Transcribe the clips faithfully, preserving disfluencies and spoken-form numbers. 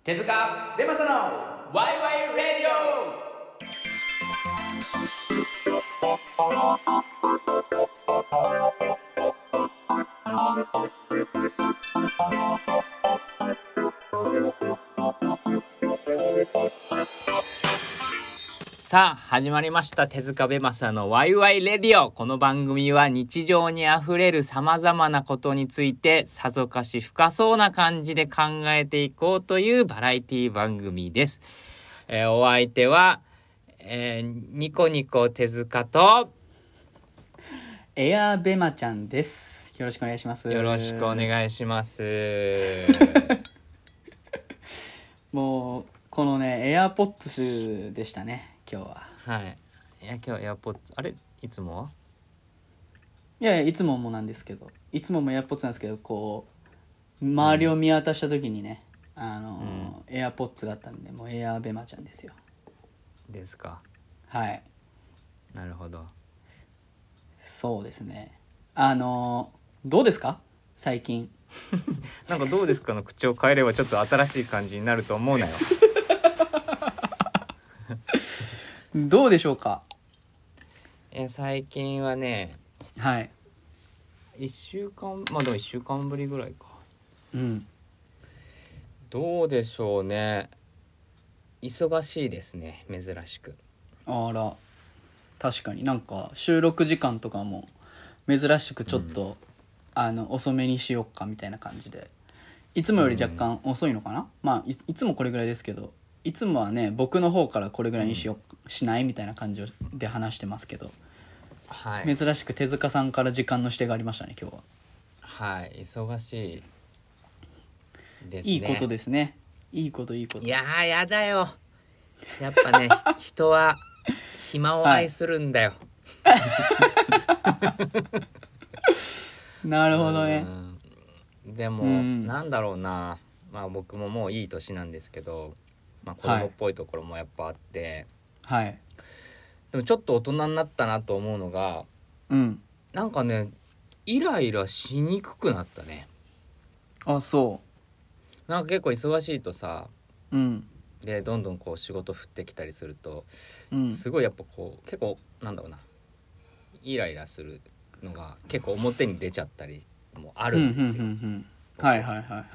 手塚レマサのワイワイラディオ。さあ始まりました、手塚ベマサのワイワイレディオ。この番組は日常にあふれるさまざまなことについてさぞかし深そうな感じで考えていこうというバラエティ番組です。えー、お相手は、えー、ニコニコ手塚とエアーベマちゃんです。よろしくお願いします。 よろしくお願いします。 もうこのねエアポッツスでしたね今日は。 はい。いや今日エアポッツあれいつもいやいやいつももなんですけど、いつももエアポッツなんですけど、こう周りを見渡した時にね、うん、あの、うん、エアポッツだったんで、もうエアーベマちゃんですよ。 ですか。 はい。 なるほど。 そうですね。あのどうですか最近。 なんかどうですかの口を変えればちょっと新しい感じになると思うなよ。 どうでしょうか。 え最近はね、 はいいっしゅうかんまあでもいっしゅうかんぶりぐらいか。 うんどうでしょうね。忙しいですね、珍しく。 あら確かになんか収録時間とかも珍しくちょっと、うん、あの遅めにしよっかみたいな感じで、いつもより若干遅いのかな、うん、まあ い, いつもこれぐらいですけど、いつもはね僕の方からこれぐらいにしよう、うん、しないみたいな感じで話してますけど、はい、珍しく手塚さんから時間の指定がありましたね今日は。 はい、忙しいですね。 いいことですね。いいこといいこと。 いやーやだよ、やっぱね人は暇を愛するんだよ、 はい、なるほどね。 でも、うん、なんだろうな、まあ僕ももういい年なんですけど、まあ、子供っぽいところもやっぱあって、 はい、 でもちょっと大人になったなと思うのが、 うん、 なんかねイライラしにくくなったね。 あ、そう。 なんか結構忙しいとさ、 うん、 でどんどんこう仕事降ってきたりすると、 うん、 すごいやっぱこう結構なんだろうな、イライラするのが結構表に出ちゃったりもあるんですよ。 はいはいはいはい。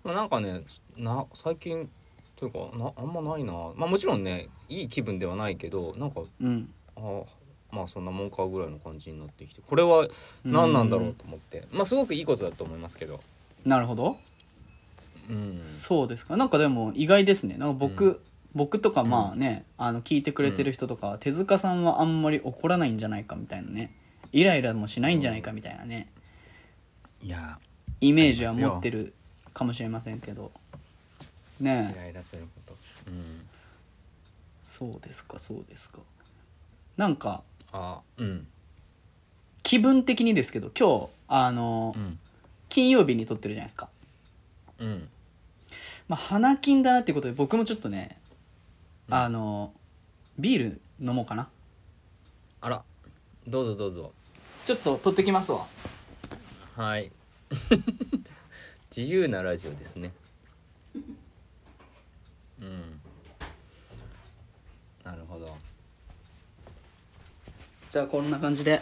なんかねな最近というかなあんまないな。まあもちろんねいい気分ではないけど、なんか、 うん、 あまあそんなもんかぐらいの感じになってきて、これは何なんだろうと思って、まあすごくいいことだと思いますけど。 なるほど。うん、そうですか。なんかでも意外ですね。なんか僕、うん、僕とかまあね、うん、あの聞いてくれてる人とかは、うん、手塚さんはあんまり怒らないんじゃないかみたいなね、イライラもしないんじゃないかみたいなね、 うん、いやイメージは持ってるかもしれませんけどね。 イライラすること、うん、 そうですかそうですか。なんかあ、うん、 気分的にですけど今日あの、うん、金曜日に撮ってるじゃないですか。うん、まあ花金だなっていうことで僕もちょっとね、うん、あのビール飲もうかな。 あらどうぞどうぞ。 ちょっと取ってきますわ。 はい自由なラジオですね。うん、なるほど。 じゃあこんな感じで。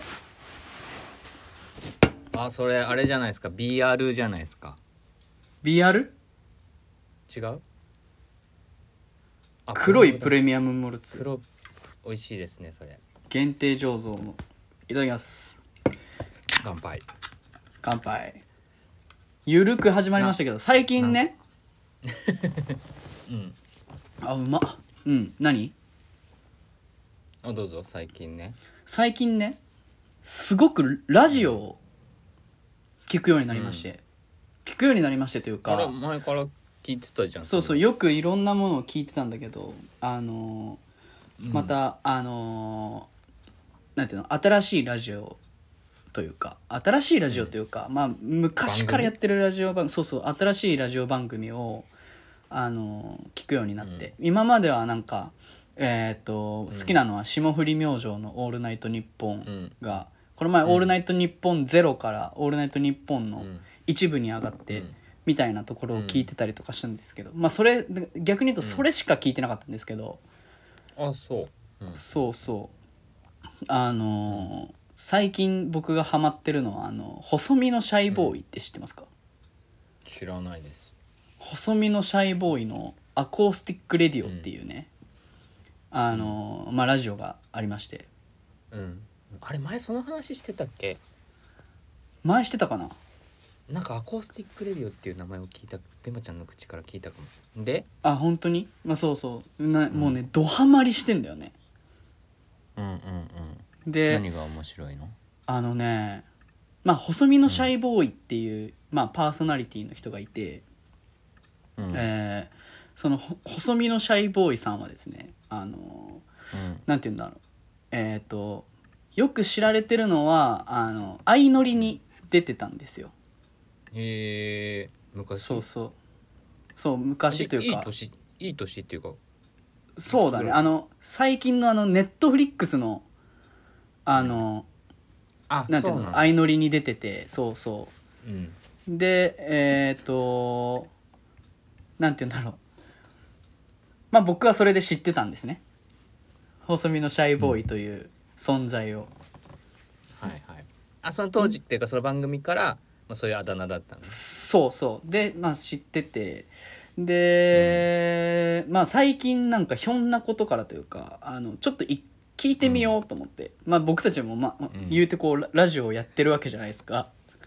あ、それあれじゃないですか、 ビーアール じゃないですか。 ビーアール？ 違う？ あ、黒いプレミアムモルツ。 黒美味しいですねそれ。 限定醸造の。いただきます。 乾杯。 乾杯。ゆるく始まりましたけど最近ねうんあ、うまっ。うん、何？ あ、どうぞ。最近ね最近ねすごくラジオを聞くようになりまして、うん、聞くようになりましてというか、 あれ前から聞いてたじゃん。 そうそう、よくいろんなものを聞いてたんだけど、あのーうん、またあのー、なんていうの、新しいラジオというか新しいラジオというか、うん、まあ昔からやってるラジオ番組、そうそう、新しいラジオ番組をあのー、聞くようになって、うん、今まではなんかえー、と好きなのは霜降り明星の「オールナイトニッポン」が、うん、この前「オールナイトニッポンゼロ」から「オールナイトニッポン」の一部に上がって、うん、 みたいなところを聞いてたりとかしたんですけど、うん、まあそれ逆に言うとそれしか聞いてなかったんですけど、 うん、あそう、 うん、そうそうあのー、最近僕がハマってるのはあの細身のシャイボーイって知ってますか？ うん、知らないです。 細身のシャイボーイのアコースティックレディオっていうね、うん、あのー、まあラジオがありまして、 うん、あれ前その話してたっけ？ 前してたかな。 なんかアコースティックレディオっていう名前を聞いた、ペマちゃんの口から聞いたかも。で、 あ本当に、まあ、そうそうな、うん、もうねドハマりしてんだよね。 うんうんうん。 で何が面白いの？ あのねまあ細身のシャイボーイっていう、うん、まあパーソナリティの人がいて、うん、えー、その細身のシャイボーイさんはですねあの、うん、なんて言うんだろうえっ、ー、とよく知られてるのはあの相乗りに出てたんですよ。 へえ、昔。 そうそうそう昔というかいい年いい年っていうかそうだねあの最近のあのネットフリックスのあの、うん、あなんていうの相乗りに出ててそうそう、うん、でえっ、ー、となんていうんだろうまあ僕はそれで知ってたんですね細身のシャイボーイという存在を、 うん、はいはいあその当時っていうかその番組からまあ、そういうあだ名だったんです。 そうそうで、まあ、知っててで、うん、まあ最近なんかひょんなことからというかあのちょっとい聞いてみようと思って、うん、まあ僕たちも、まあ、言うてこうラジオをやってるわけじゃないですか。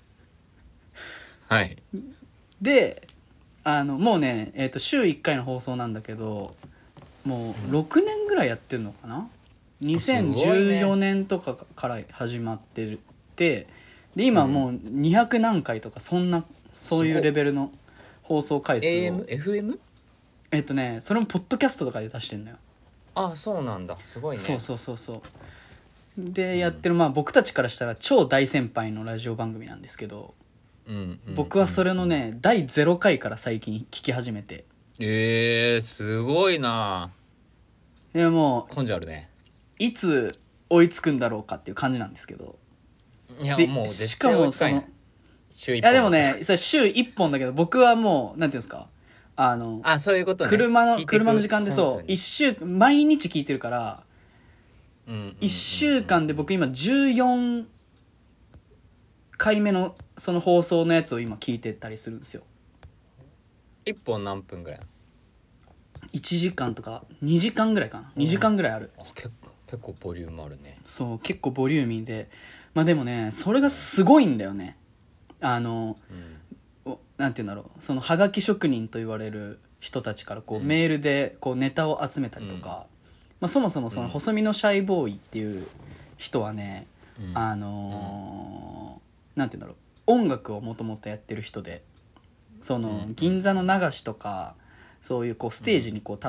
はいであのもうね、えーと、週いっかいの放送なんだけどもうろくねんぐらいやってるのかな、うん、にせんじゅうよねんとかから始まってるってで今もうにひゃく何回とかそんなそういうレベルの放送回数をエーエム？エフエム？ えっとねそれもポッドキャストとかで出してんのよ。 ああそうなんだすごいね。 そうそうそうそうでやってる、まあ僕たちからしたら超大先輩のラジオ番組なんですけど、うんうん、僕はそれのね、うん、だいゼロかいから最近聞き始めてえー、すごいな。 でも根性あるね。 いつ追いつくんだろうかっていう感じなんですけどいやもう絶対追いつかない。しかもその週いっぽんいやでもねそれ週いっぽんだけど僕はもうなんていうんですかあのあそういうことね車の車の時間でそう一週毎日聞いてるから、うんうんうんうん、いっしゅうかんで僕今じゅうよんかいめのその放送のやつを今聞いてたりするんですよ。 いっぽん何分ぐらい？ いちじかんとかにじかんぐらいかな、うん、にじかんぐらいある。 あ結構結構ボリュームあるね。 そう結構ボリューミーでまあでもねそれがすごいんだよね。あの、うん、なんていうんだろうそのハガキ職人と言われる人たちからこう、うん、メールでこうネタを集めたりとか、うんまあ、そもそもその細身のシャイボーイっていう人はね、うん、あのー、なんていうんだろう音楽をもともとやってる人でその銀座の流しとかそういうこうステージにこう立って、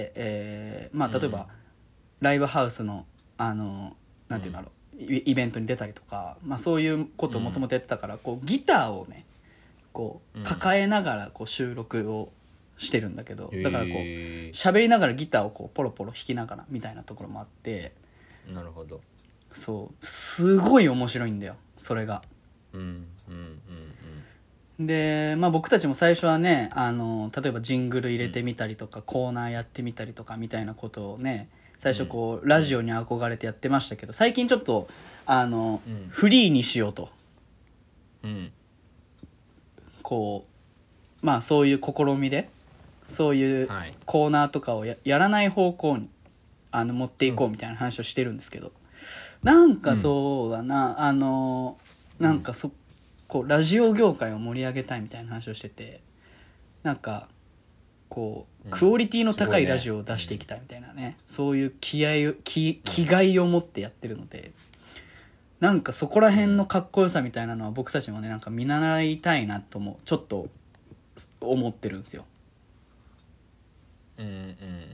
えーまあ、例えばライブハウスの、あのー、なんていうんだろうイベントに出たりとか、まあ、そういうことをもともとやってたから、うん、こうギターをねこう抱えながらこう収録をしてるんだけど、うん、だからこう喋りながらギターをこうポロポロ弾きながらみたいなところもあってなるほどそうすごい面白いんだよそれが、 うんうんうんうん、で、まあ、僕たちも最初はねあの例えばジングル入れてみたりとか、うん、コーナーやってみたりとかみたいなことをね最初こうラジオに憧れてやってましたけど最近ちょっとあの、うん、フリーにしようと、うん、こうまあそういう試みでそういうコーナーとかを や, やらない方向にあの持っていこうみたいな話をしてるんですけど、うん、なんかそうだな、うん、あのなんかそこうラジオ業界を盛り上げたいみたいな話をしててなんかこうクオリティの高いラジオを出していきたいみたいな ね, ねそういう気合を 気, 気概を持ってやってるのでなんかそこら辺のかっこよさみたいなのは僕たちもねなんか見習いたいなともちょっと思ってるんですよ。うんうんうんうん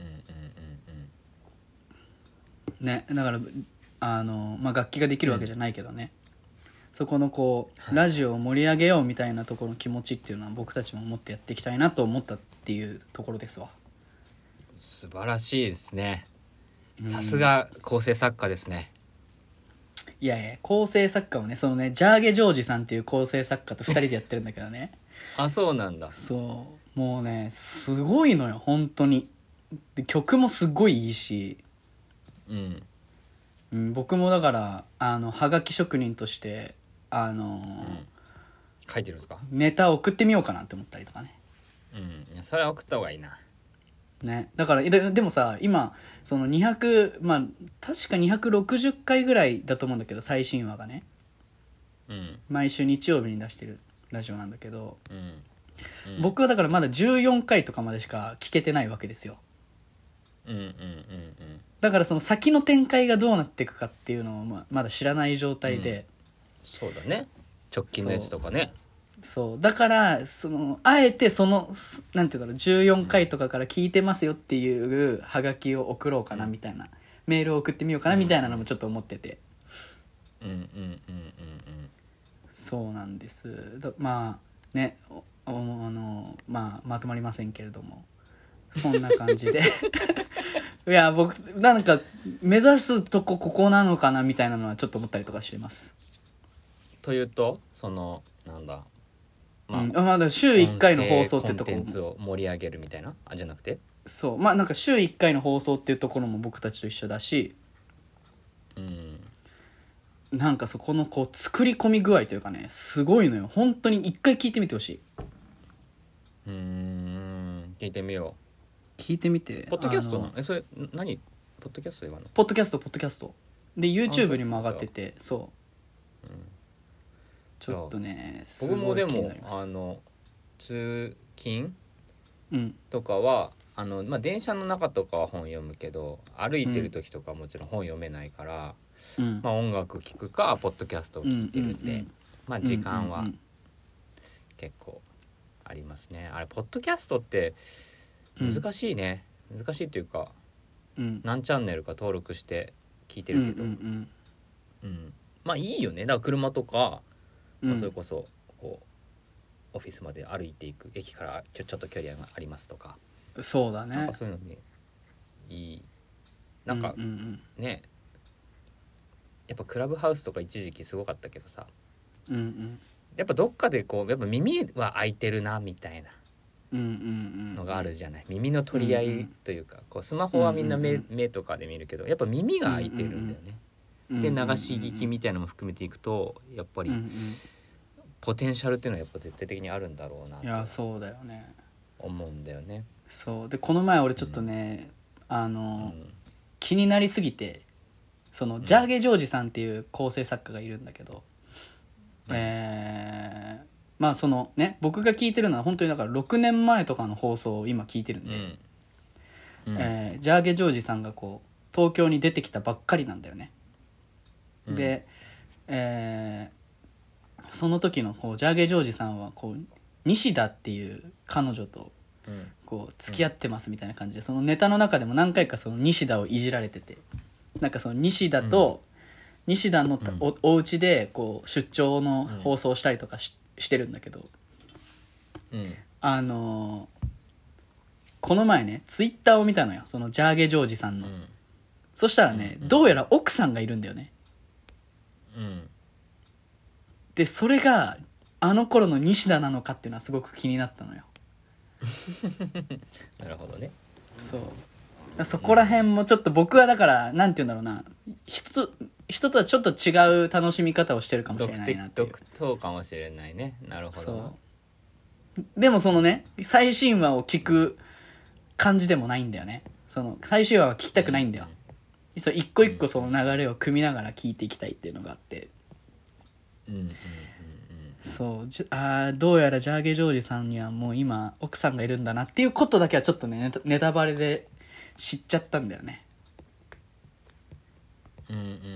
うんねだからあの、まあ、楽器ができるわけじゃないけどね、うん、そこのこうラジオを盛り上げようみたいなところの気持ちっていうのは僕たちも持ってやっていきたいなと思ったっていうところですわ。 素晴らしいですね。さすが構成作家ですね。 いやいや構成作家をねそのねジャーゲジョージさんっていう構成作家とふたりでやってるんだけどねあ、そうなんだ。 そうもうねすごいのよ本当に。で曲もすごいいいし、 うんうん、僕もだからあのはがき職人としてあのーうん書いてるんですか？ ネタ送ってみようかなって思ったりとかね。 うん、いやそれは送った方がいいな。 ね、だからででもさ今そのにひゃくまあ確かにひゃくろくじゅっかいぐらいだと思うんだけど最新話がねうん毎週日曜日に出してるラジオなんだけど、 うんうん僕はだからまだじゅうよんかいとかまでしか聞けてないわけですよ。 うんうんうんうんだからその先の展開がどうなっていくかっていうのをままだ知らない状態で、 そうだね。直近のやつとかね。 そうだからそのあえてそのすなんていうんだろうじゅうよんかいとかから聞いてますよっていうハガキを送ろうかなみたいな、メールを送ってみようかなみたいなのもちょっと思ってて、 うんうんうんうんそうなんですだまあねおおあの、まあ、まとまりませんけれどもそんな感じでいや僕なんか目指すとこここなのかなみたいなのはちょっと思ったりとかしてます。 というとそのなんだまあ、 うん、あまあだから週いっかいの放送ってとこ音声コンテンツを盛り上げるみたいなあじゃなくて、 そうまあなんか週いっかいの放送っていうところも僕たちと一緒だし、 うんなんかそこのこう作り込み具合というかねすごいのよ本当に一回聞いてみてほしい。 うーん聞いてみよ聞いてみてう。ポッドキャストなあのの？えそれ何ポッドキャストで言わんの？ ポッドキャストポッドキャストで YouTube にも上がっててそうちょっとねす僕もごいでも気になりますあの通勤うんとかはあの、まあ、電車の中とかは本読むけど歩いてる時とかはもちろん本読めないから、 うんまあ、音楽聴くかポッドキャストを聞いてるんで、 うんうんうんまあ時間はうんうん結構ありますね。あれポッドキャストって難しいね、難しいというかうん何チャンネルか登録して聞いてるけど、 うんうんうんまあいいよね。だから車とか、 うんまあ、それこそこうオフィスまで歩いていく駅からちょちょっと距離がありますとか、 そうだねなんかそういうのにいいなんかうんうんね、やっぱクラブハウスとか一時期すごかったけどさ、 うんうんやっぱどっかでこうやっぱ耳は開いてるなみたいなうんうんうんのがあるじゃない。耳の取り合いというか、こうスマホはみんな目、目とかで見るけどやっぱ耳が開いてるんだよね。で流し聞きみたいなのも含めていくとやっぱりうんうんポテンシャルっていうのはやっぱ絶対的にあるんだろういやなとそうだよね。 思うんだよね。 そうでこの前俺ちょっとね、あの、 うん気になりすぎてそのジャーゲジョージさんっていう構成作家がいるんだけど、 うんえーまあそのね僕が聞いてるのは本当にだからろくねんまえとかの放送を今聞いてるんで、 うんうんえージャーゲジョージさんがこう東京に出てきたばっかりなんだよね。 うんで、えーその時のこうジャーゲジョージさんはこう西田っていう彼女とうんこう付き合ってますみたいな感じで、そのネタの中でも何回かその西田をいじられてて、なんかその西田と、西田のたうんおお家でこう出張の放送をしたりとかし,、してるんだけど、 うんあのーこの前ねツイッターを見たのよそのジャーゲジョージさんの、 うんそしたらね、 うんうんどうやら奥さんがいるんだよね。 うんでそれがあの頃の西田なのかっていうのはすごく気になったのよ。 なるほどね。 そうそこら辺もちょっと僕はだからなんて言うんだろうな、人と人とはちょっと違う楽しみ方をしてるかもしれ独特ないなっていう。 独特かもしれないね。なるほどな。 そうでもそのね最新話を聞く感じでもないんだよね。その最新話は聞きたくないんだよ。そう一個一個その流れを組みながら聞いていきたいっていうのがあって、 うんうんうんそうじあーどうやらジャーゲジョージさんにはもう今奥さんがいるんだなっていうことだけはちょっとねネタネタバレで知っちゃったんだよね。 うんうんうんうんうんうん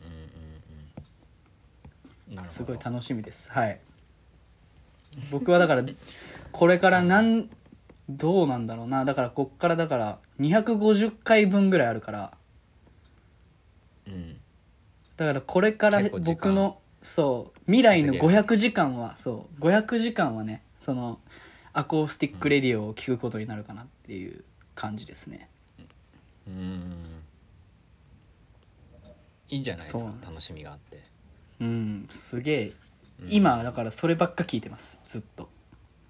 うん。なるほど。 すごい楽しみです。はい僕はだからこれからなんどうなんだろうな、だからこっからだからにひゃくごじゅっかいぶんぐらいあるから、 うんだからこれから結構時間僕のそう未来の稼げるごひゃくじかんはそうごひゃくじかんはねそのアコースティックレディオを聞くことになるかなっていう感じですね。 うんいいじゃないですかそうなんです楽しみがあって。 うんすげえうん今だからそればっか聞いてますずっと。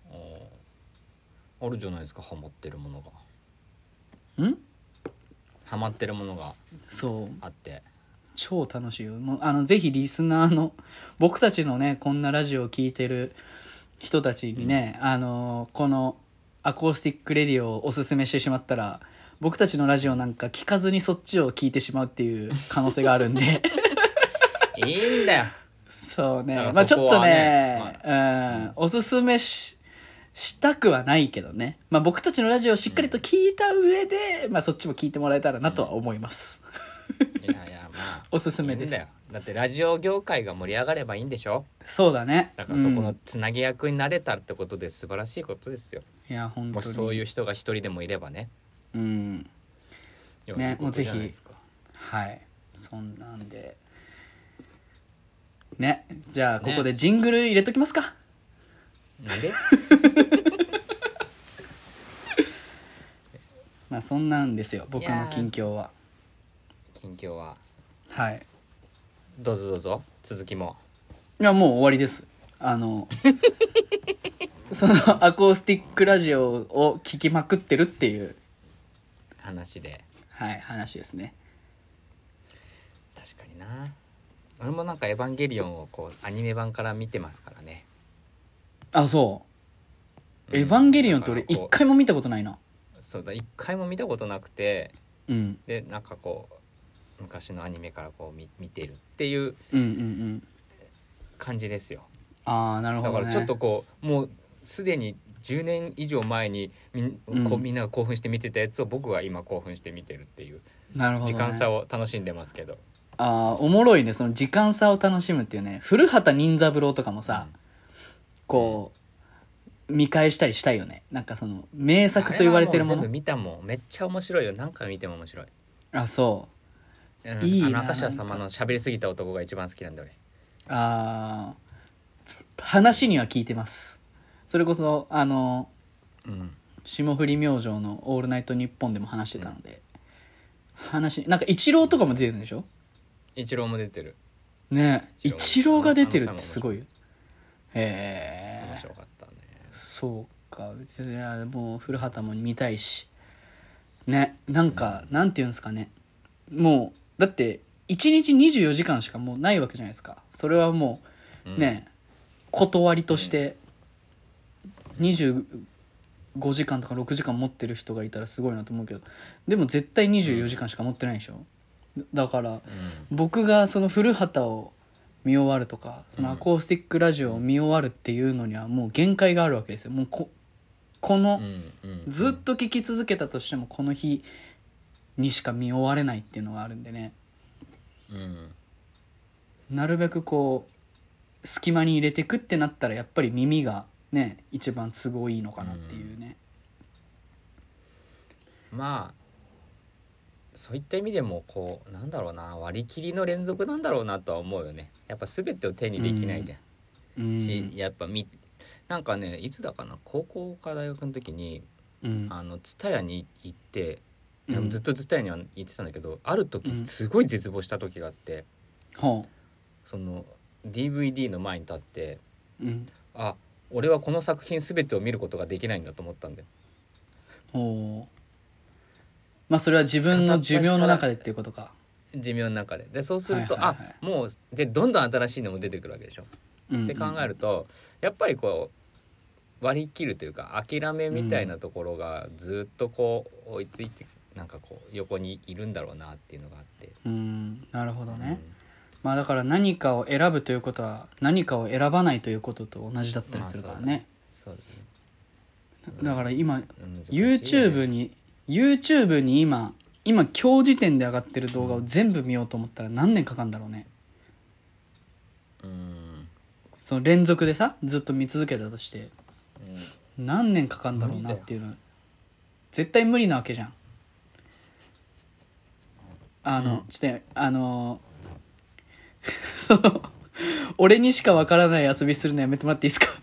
あるじゃないですか、ハマってるものがんハマってるものがそうあって超楽しいよ。もうあのぜひリスナーの僕たちのねこんなラジオを聞いてる人たちにね、うん、あのこのアコースティックレディオをおすすめしてしまったら僕たちのラジオなんか聞かずにそっちを聞いてしまうっていう可能性があるんでいいんだよ。 そうね、 ね、 まあちょっとね、 まあ、 うん、おすすめししたくはないけどね、まあ、僕たちのラジオをしっかりと聞いた上で、うん、まあ、そっちも聞いてもらえたらなとは思います、 うん、いやいやまあおすすめです。 いいんだよ。だってラジオ業界が盛り上がればいいんでしょ。 そうだね。 だからそこのつなぎ役になれたってことで素晴らしいことですよ、 うん、いや本当にもしそういう人が一人でもいればね。 うんね、もうぜひはいそんなんでね、じゃあここでジングル入れときますか、 ね、なんでまあそんなんですよ僕の近況は。 近況ははいどうぞどうぞ続きも。 いやもう終わりです。あのそのアコースティックラジオを聞きまくってるっていう話で、 はい話ですね。 確かにな。俺もなんかエヴァンゲリオンをこうアニメ版から見てますからね。 あそう、うん、エヴァンゲリオンって俺一回も見たことないな。 そうだ一回も見たことなくて、 うん、 でなんかこう昔のアニメからこう 見, 見てるっていう感じですよ、 うんうんうん、ああなるほど、ね、 だからちょっとこうもうすでにじゅうねん以上前に み,、うん、こうみんなが興奮して見てたやつを僕は今興奮して見てるっていう時間差を楽しんでますけど、 あーおもろいねその時間差を楽しむっていうね。古畑任三郎とかもさ、うん、こう見返したりしたいよね。なんかその名作と言われてるもの全部見たもん。めっちゃ面白いよ。何回見ても面白い。 あそう、 うん、いいな。あの明石家さんまの喋りすぎた男が一番好きなんだ俺。 あ話には聞いてます。それこそあの、うん、霜降り明星の「オールナイトニッポン」でも話してたので、うん、話なんかイチローとかも出てるんでしょ。 イチローも出てるね。イチローが出てるってすごいよ。へえ面白かったね。 そうか。いやもう古畑も見たいしね。なんか、うん、なんていうんですかね、もうだっていちにちにじゅうよじかんしかもうないわけじゃないですか。それはもうね、うん、断りとしてにじゅうごじかんとかろくじかん持ってる人がいたらすごいなと思うけど、でも絶対にじゅうよじかんしか持ってないでしょ。だから、うん、僕がその古畑を見終わるとかそのアコースティックラジオを見終わるっていうのにはもう限界があるわけですよ。もう こ, この、うんうんうん、ずっと聞き続けたとしてもこの日にしか見終われないっていうのがあるんでね、うん、なるべくこう隙間に入れてくってなったらやっぱり耳がね一番都合いいのかなっていうね、 うん、まあそういった意味でもこうなんだろうな割り切りの連続なんだろうなとは思うよね。やっぱ全てを手にできないじゃん、うん、しやっぱみなんかねいつだかな高校か大学の時に、うん、あのTSUTAYAに行って、うん、ずっとTSUTAYAには行ってたんだけどある時すごい絶望した時があって、うん、その ディーブイディー の前に立って、うん、あ俺はこの作品全てを見ることができないんだと思ったんだよ。 おまあそれは自分の寿命の中でっていうことか。 寿命の中ででそうすると、はいはいはい、あもうでどんどん新しいのも出てくるわけでしょ、うんうんうん、って考えるとやっぱりこう割り切るというか諦めみたいなところがずっとこう追いついてなんかこう横にいるんだろうなっていうのがあって。 うんなるほどね、うん、まあだから何かを選ぶということは何かを選ばないということと同じだったりするからね、まあ、そうだね、そうですね、うん、だから今、うん、YouTube に YouTube に今今今日時点で上がってる動画を全部見ようと思ったら何年かかるんだろうね。うんその連続でさずっと見続けたとして、うん、何年かかるんだろうなっていうの絶対無理なわけじゃん。あの、うん、ちょっとあのその俺にしかわからない遊びするのやめてもらっていいですか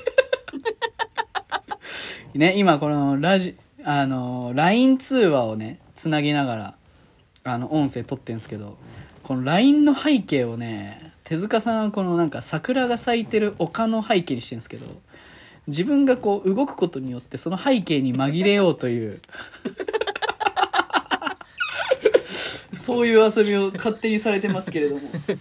ね今このラジあの ライン 通話をねつなぎながらあの音声撮ってるんですけどこの ライン の背景をね手塚さんはこのなんか桜が咲いてる丘の背景にしてるんですけど自分がこう動くことによってその背景に紛れようというそういう遊びを勝手にされてますけれども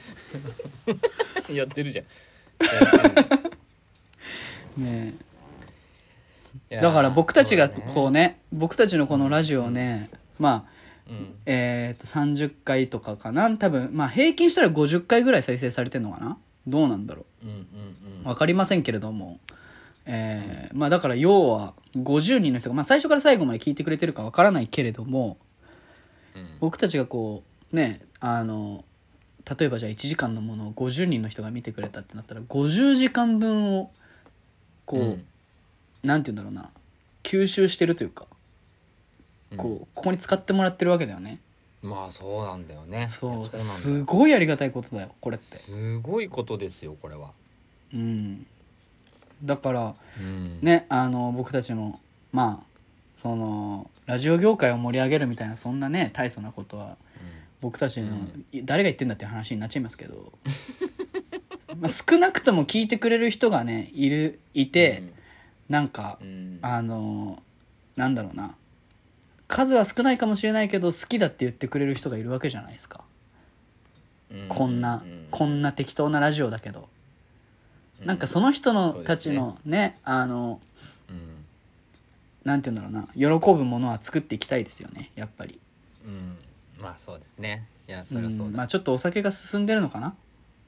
やってるじゃんやってるねいやーだから僕たちがそうだねこうね僕たちのこのラジオをね、まあうんえー、とさんじゅっかいとかかな多分まあ平均したらごじゅっかいぐらい再生されてるのかなどうなんだろうんうんう分かりませんけれども、えーまあだから要はごじゅうにんの人が、まあ、最初から最後まで聞いてくれてるか分からないけれどもうん僕たちがこうねあの例えばじゃあいちじかんのものをごじゅうにんの人が見てくれたってなったらごじゅうじかんぶんをこう、 うんなんて言うんだろうな吸収してるというかうんこうここに使ってもらってるわけだよね。 まあそうなんだよねそういやなんだよすごいありがたいことだよこれって。 すごいことですよこれはうん、だからうんねあの僕たちのまあそのラジオ業界を盛り上げるみたいなそんなね大層なことは僕たちの、 うんい誰が言ってんだっていう話になっちゃいますけどまあ少なくとも聞いてくれる人がねいるいて、なんかうんあのなんだろうな数は少ないかもしれないけど好きだって言ってくれる人がいるわけじゃないですか、 うんこんな、 うんこんな適当なラジオだけど、 うんなんかその人のそうですねたちのねあのうんなんて言うんだろうな喜ぶものは作っていきたいですよねやっぱり。 うんまあそうですねいやそりゃそうだんまあちょっとお酒が進んでるのかな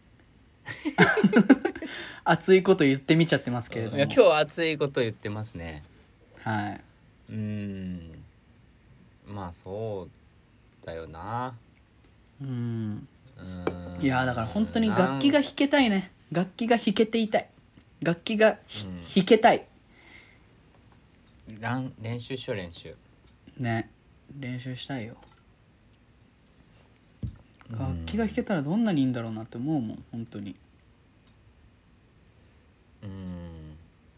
熱いこと言ってみちゃってますけれども、 いや今日は熱いこと言ってますねはい、 うんまあそうだよなうんうんいやだから本当に楽器が弾けたいね楽器が弾けていたい楽器がひ、 うん弾けたいなん練習しよう練習ね練習したいようん楽器が弾けたらどんなにいいんだろうなって思うもん本当に。 うん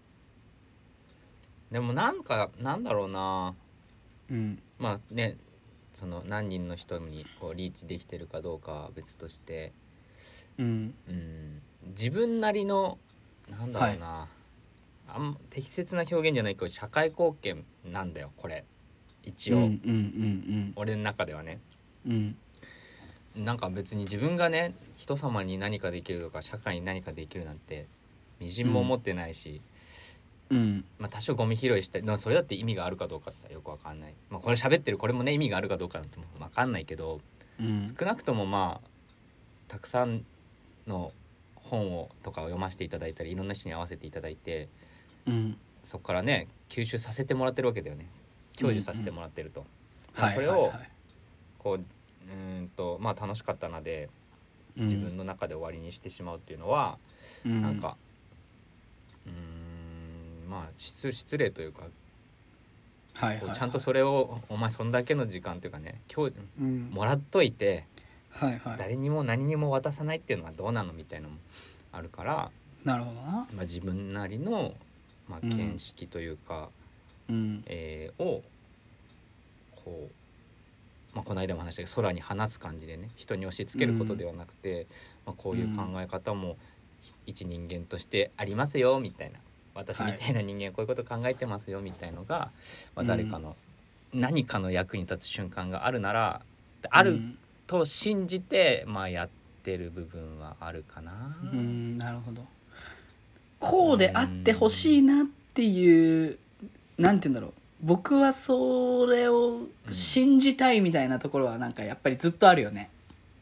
でもなんかなんだろうなうんまあねその何人の人にこうリーチできてるかどうかは別としてうんうん自分なりのなんだろうな、あん適切な表現じゃないけど社会貢献なんだよこれ一応、 うんうんうん俺の中ではねうんなんか別に自分がね人様に何かできるとか社会に何かできるなんてみじんも思ってないし、 うんまあ、多少ゴミ拾いしたりそれだって意味があるかどうかってよくわかんない、まあ、これ喋ってるこれもね意味があるかどうかなんてもわかんないけどうん少なくともまあたくさんの本をとかを読ませていただいたりいろんな人に会わせていただいてうんそこからね吸収させてもらってるわけだよね享受させてもらってると、まあそれをはいはいはいこううーんとまあ楽しかったので自分の中で終わりにしてしまうっていうのは、 うんなんかうーんまあ失失礼というかはいはいはいこうちゃんとそれをお前そんだけの時間というかね今日うんもらっといてはいはい誰にも何にも渡さないっていうのはどうなのみたいなのもあるから、 なるほどなまあ、自分なりの、まあ、 うん見識というか、 うんえーをこう、まあ、この間も話したけど空に放つ感じでね人に押し付けることではなくて、まあ、こういう考え方も一人間としてありますよみたいな私みたいな人間はこういうこと考えてますよみたいのが、まあ、誰かの何かの役に立つ瞬間があるならあると信じて、まあ、やってる部分はあるかな。 うん、うんなるほどこうであってほしいなっていうなんて言うんだろう僕はそれを信じたいみたいなところはなんかやっぱりずっとあるよね、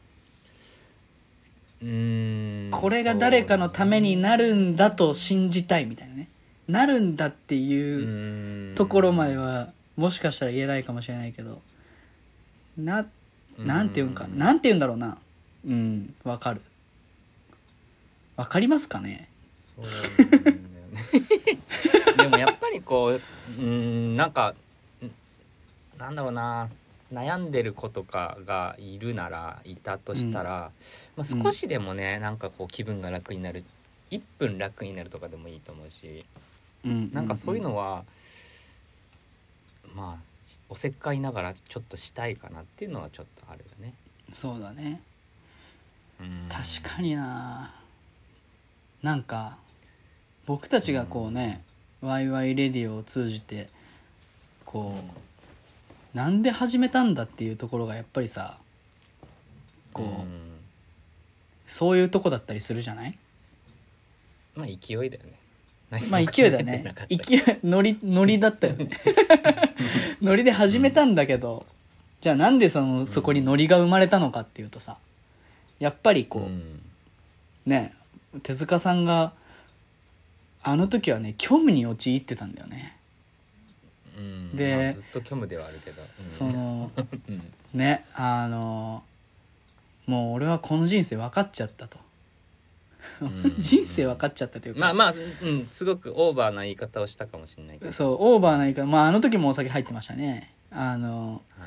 うーんこれが誰かのためになるんだと信じたいみたいなねなるんだっていうところまではもしかしたら言えないかもしれないけどななんて言うんかななんて言うんだろうなうんわかるわかりますかねそうなんだよねでもやっぱりこううーんなんかなんだろうな悩んでる子とかがいるならいたとしたら、まあ、少しでもね、うん、なんかこう気分が楽になるいっぷん楽になるとかでもいいと思うし、 うん、 なんかそういうのは、うん、まあおせっかいながらちょっとしたいかなっていうのはちょっとあるよね。 そうだね、 うん、 確かにななんか僕たちがこうね、 ワイワイレディオを通じてこうなんで始めたんだっていうところがやっぱりさこう、 うん、 そういうとこだったりするじゃない。 まあ勢いだよね。 まあ勢いだね。勢いノリノリだったよね。ノリで始めたんだけど、うん、じゃあなんでそのそこにノリが生まれたのかっていうとさ、やっぱりこう、うん、ね手塚さんがあの時はね虚無に陥ってたんだよね。 うん、で、まあ、ずっと虚無ではあるけど、 うん、そのねあのもう俺はこの人生分かっちゃったと。人生分かっちゃったというか、 まあまあ、うん、すごくオーバーな言い方をしたかもしれないけど、 そうオーバーな言い方、まああの時もお酒入ってましたね。あの、はい、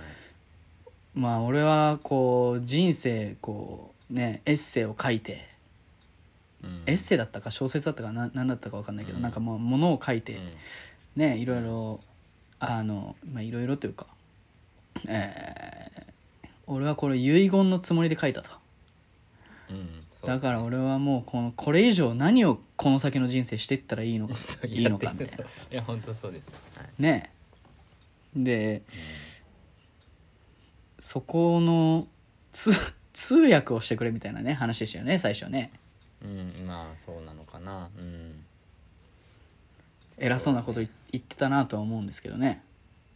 まあ俺はこう人生こうねエッセイを書いて、うん、エッセイだったか小説だったかな何だったか分かんないけど、うん、なんかもう物を書いて、うん、ねいろいろあのまあいろいろというか、えー、俺はこれ遺言のつもりで書いたと。うんだから俺はもうこのこれ以上何をこの先の人生していったらいいのかいいのかみたいな。いや本当そうです、はい、 ねで、うん、そこのつ通訳をしてくれみたいなね話でしたよね最初ね。 うんまあそうなのかな、うん、 偉そうなこと言ってたなとは思うんですけどね。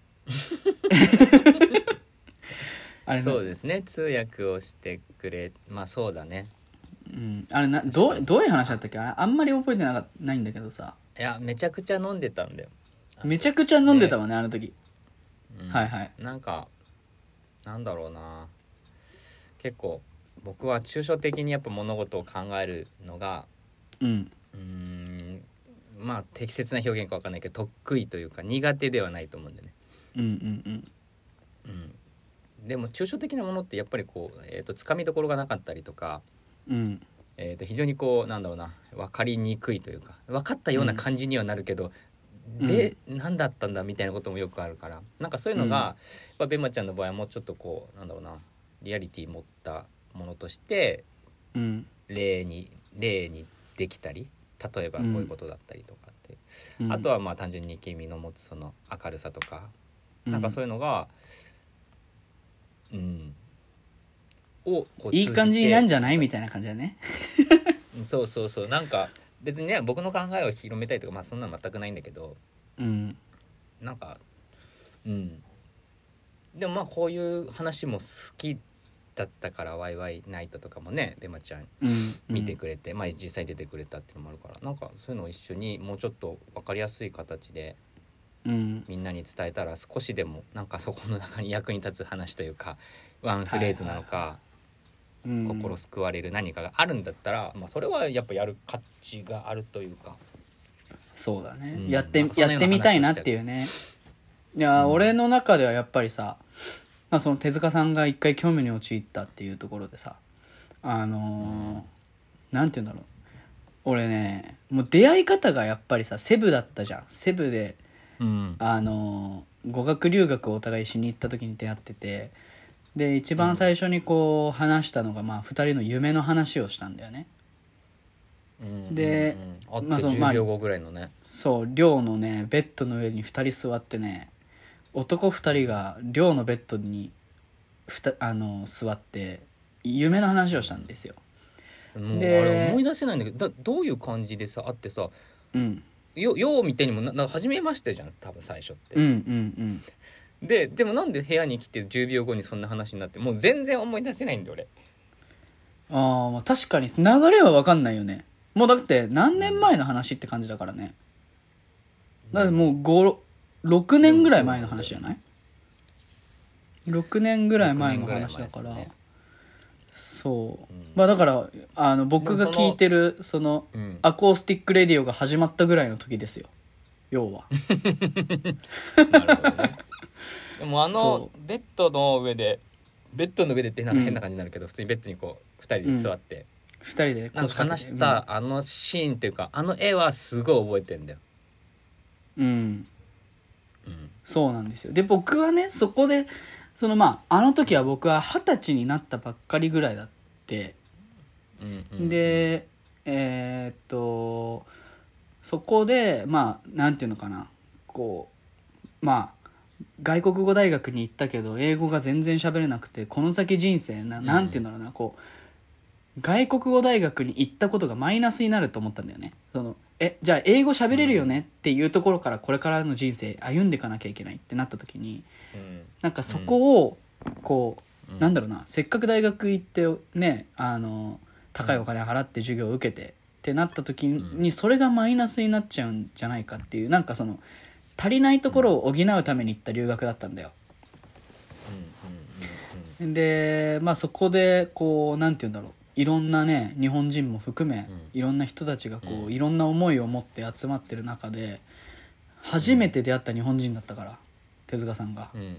あれそうですね通訳をしてくれまあそうだね。 うん、あれなどうどういう話だったっけ。あれあんまり覚えてなかないんだけどさ。 いやめちゃくちゃ飲んでたんだよ。 めちゃくちゃ飲んでたわねあの時、うん、はいはいなんかなんだろうな結構僕は抽象的にやっぱ物事を考えるのがうんうーんまあ適切な表現か分かんないけど得意というか苦手ではないと思うんだよね。うんうんうんうんでも抽象的なものってやっぱりこう、えーと、つかみどころがなかったりとかうんえー、と非常にこうなんだろうな分かりにくいというか分かったような感じにはなるけど、うん、で、うん、何だったんだみたいなこともよくあるからなんかそういうのが、うん、やっぱベマちゃんの場合はもうちょっとこうなんだろうなリアリティ持ったものとして、うん、例に例にできたり例えばこういうことだったりとかって、うん、あとはまあ単純に君の持つその明るさとか、うん、なんかそういうのがうんをこういい感じになんじゃないみたいな感じだね。 そうそうそうなんか別にね僕の考えを広めたいとかまあそんなの全くないんだけど、うん、なんかうんでもまあこういう話も好きだったからワイワイナイトとかもねベマちゃん見てくれて、うん、まあ実際出てくれたっていうのもあるからなんかそういうのを一緒にもうちょっと分かりやすい形で、うん、みんなに伝えたら少しでもなんかそこの中に役に立つ話というかワンフレーズなのか、はいはいはいうん、心救われる何かがあるんだったら、まあ、それはやっぱやる価値があるというかそうだね、うん、やってやってみたいなっていうね。いや、うん、俺の中ではやっぱりさ、まあ、その手塚さんが一回虚無に陥ったっていうところでさあのーうん、なんて言うんだろう俺ねもう出会い方がやっぱりさセブだったじゃん。セブで、うん、あのー、語学留学をお互いしに行った時に出会っててで一番最初にこう話したのが、まあ、ふたりの夢の話をしたんだよね。うん、で、 うんうん、あってじゅうびょうごぐらいのね、まあ、 そう寮のねベッドの上にふたり座ってね男ふたりが寮のベッドにふたあの座って夢の話をしたんですよ。 もうあれ思い出せないんだけどだどういう感じでさあってさ、うん、よようみたいにもなな初めましてじゃん多分最初って。うんうんうんで, でもなんで部屋に来てじゅうびょうごにそんな話になってもう全然思い出せないんだ俺。 ああ確かに流れは分かんないよね。もうだって何年前の話って感じだからね。だってもうごろくねんぐらい前の話じゃない。ろくねんぐらい前の話だから、ね、そう、うん、まあだからあの僕が聞いてるその、うん、アコースティックレディオが始まったぐらいの時ですよ要は。 なるほどね。でもあのベッドの上でベッドの上でってなんか変な感じになるけど、うん、普通にベッドにこうふたりで座って、うん、 ふたりでなんか話したあのシーンっていうか、うん、あの絵はすごい覚えてんだよ。 うん、うん、そうなんですよ。で僕はねそこでそのまああの時は僕は二十歳になったばっかりぐらいだって、うんうんうん、でえー、っとそこでまあなんていうのかな、こうまあ外国語大学に行ったけど英語が全然喋れなくて、この先人生ななんていうんだろうな、こう外国語大学に行ったことがマイナスになると思ったんだよね。そのえじゃあ英語喋れるよねっていうところからこれからの人生歩んでいかなきゃいけないってなった時に、 うんなんかそこをこう、 うんなんだろうな、せっかく大学行ってね、あの高いお金払って授業を受けてってなった時にそれがマイナスになっちゃうんじゃないかっていう、なんかその足りないところを補うために行った留学だったんだよ。でまあそこでこうなんて言うんだろう、いろんなね日本人も含めいろんな人たちがこういろんな思いを持って集まってる中で初めて出会った日本人だったから、手塚さんが、 うんうん、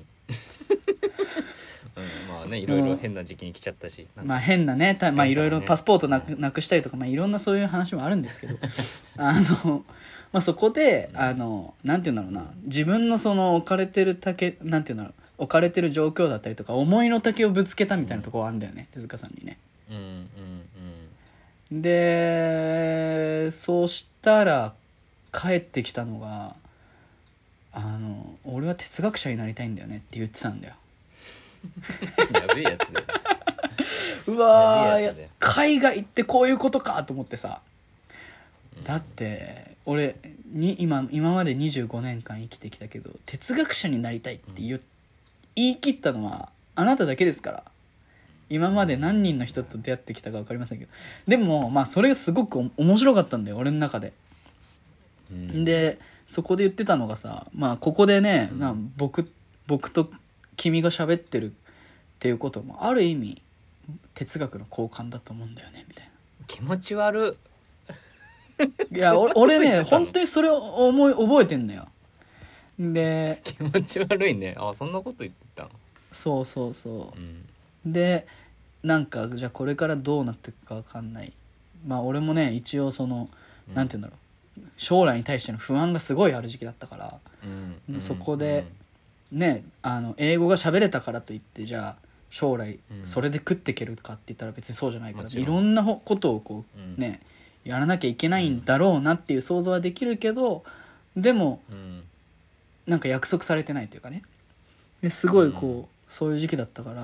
まあねいろいろ変な時期に来ちゃったし、なんかまあ変なね、たまあいろいろねパスポートなく、なくしたりとか、まあいろんなそういう話もあるんですけどあのまあそこであのなんて言うんだろうな、自分のその置かれてる丈なんて言うんだろう、置かれてる状況だったりとか思いの丈をぶつけたみたいなところあるんだよね、手塚さんにね。 うんうんうん、 でそうしたら帰ってきたのがあの俺は哲学者になりたいんだよねって言ってたんだよやべえやつだようわーやべえやつだよ海外ってこういうことかと思ってさ、だって俺に 今, 今までにじゅうごねんかん生きてきたけど哲学者になりたいって言,、うん、言い切ったのはあなただけですから。今まで何人の人と出会ってきたか分かりませんけど、でもまあそれがすごく面白かったんだよ俺の中で、うん、でそこで言ってたのがさ、まあここでね、うん、な僕僕と君が喋ってるっていうこともある意味哲学の交換だと思うんだよねみたいな。 気持ち悪いや俺ね本当にそれを思い覚えてんだよ。で気持ち悪いね。あそんなこと言ってたの。 そうそうそう、 うん、 でなんかじゃあこれからどうなっていくか分かんない。まあ俺もね一応その、うん、なんて言うんだろう、将来に対しての不安がすごいある時期だったから、うん、そこで、うん、ねあの英語が喋れたからといってじゃあ将来それで食っていけるかって言ったら別にそうじゃないから、うん、いろんなことをこう、うん、ねやらなきゃいけないんだろうなっていう想像はできるけど、でも、うん、なんか約束されてないというかね、ですごいこう、うん、そういう時期だったから、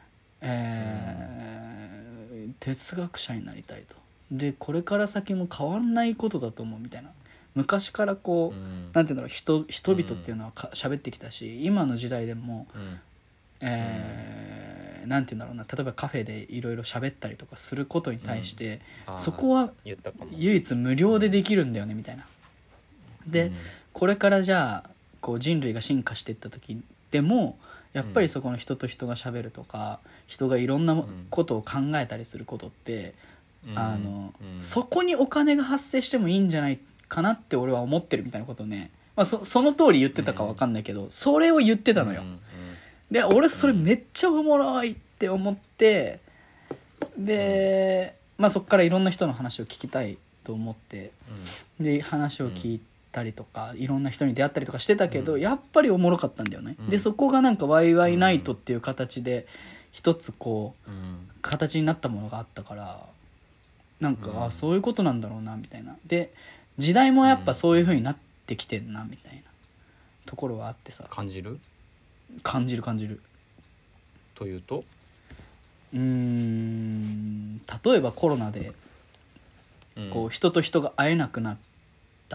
えーうん、哲学者になりたいと。でこれから先も変わんないことだと思うみたいな。昔からこう、うん、なんていうんだろう 人, 人々っていうのはか喋ってきたし、今の時代でも、うんえー、なんていうんだろうな、例えばカフェでいろいろ喋ったりとかすることに対して、うん、そこは唯一無料でできるんだよねみたいな。で、うん、これからじゃあこう人類が進化していった時でもやっぱりそこの人と人が喋るとか、人がいろんなことを考えたりすることって、うん、あの、うん、そこにお金が発生してもいいんじゃないかなって俺は思ってるみたいなことをね、まあ、そ, その通り言ってたか分かんないけど、うん、それを言ってたのよ、うんうん、で俺それめっちゃおもろいって思って、で、まあ、そこからいろんな人の話を聞きたいと思って、うん、で話を聞いたりとかいろんな人に出会ったりとかしてたけど、うん、やっぱりおもろかったんだよね、うん、でそこがなんかワイワイナイトっていう形で一つこう、うん、形になったものがあったから、なんか、うん、あそういうことなんだろうなみたいな。で時代もやっぱそういう風になってきてんなみたいなところはあってさ。 感じる感じる感じるというと、 うーん例えばコロナで、うん、こう人と人が会えなくなった、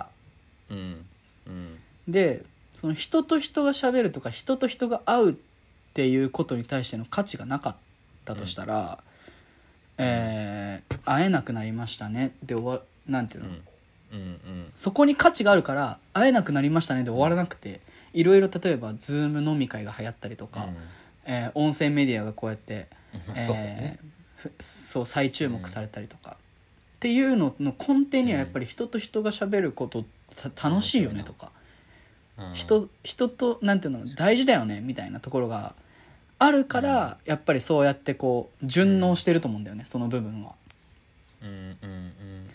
うんうん、でその人と人が喋るとか人と人が会うっていうことに対しての価値がなかったとしたら、うん、えー、会えなくなりましたねで終わなんていうの、うんうんうん、そこに価値があるから会えなくなりましたねで終わらなくて、いろいろ例えばズーム飲み会が流行ったりとか、うんえー、音声メディアがこうやって、えーそうだね、そう再注目されたりとか、うん、っていうのの根底にはやっぱり人と人が喋ること楽しいよねとか、うん、人, 人となんていうの大事だよねみたいなところがあるから、うん、やっぱりそうやってこう順応してると思うんだよね、その部分は。うんうんうんうん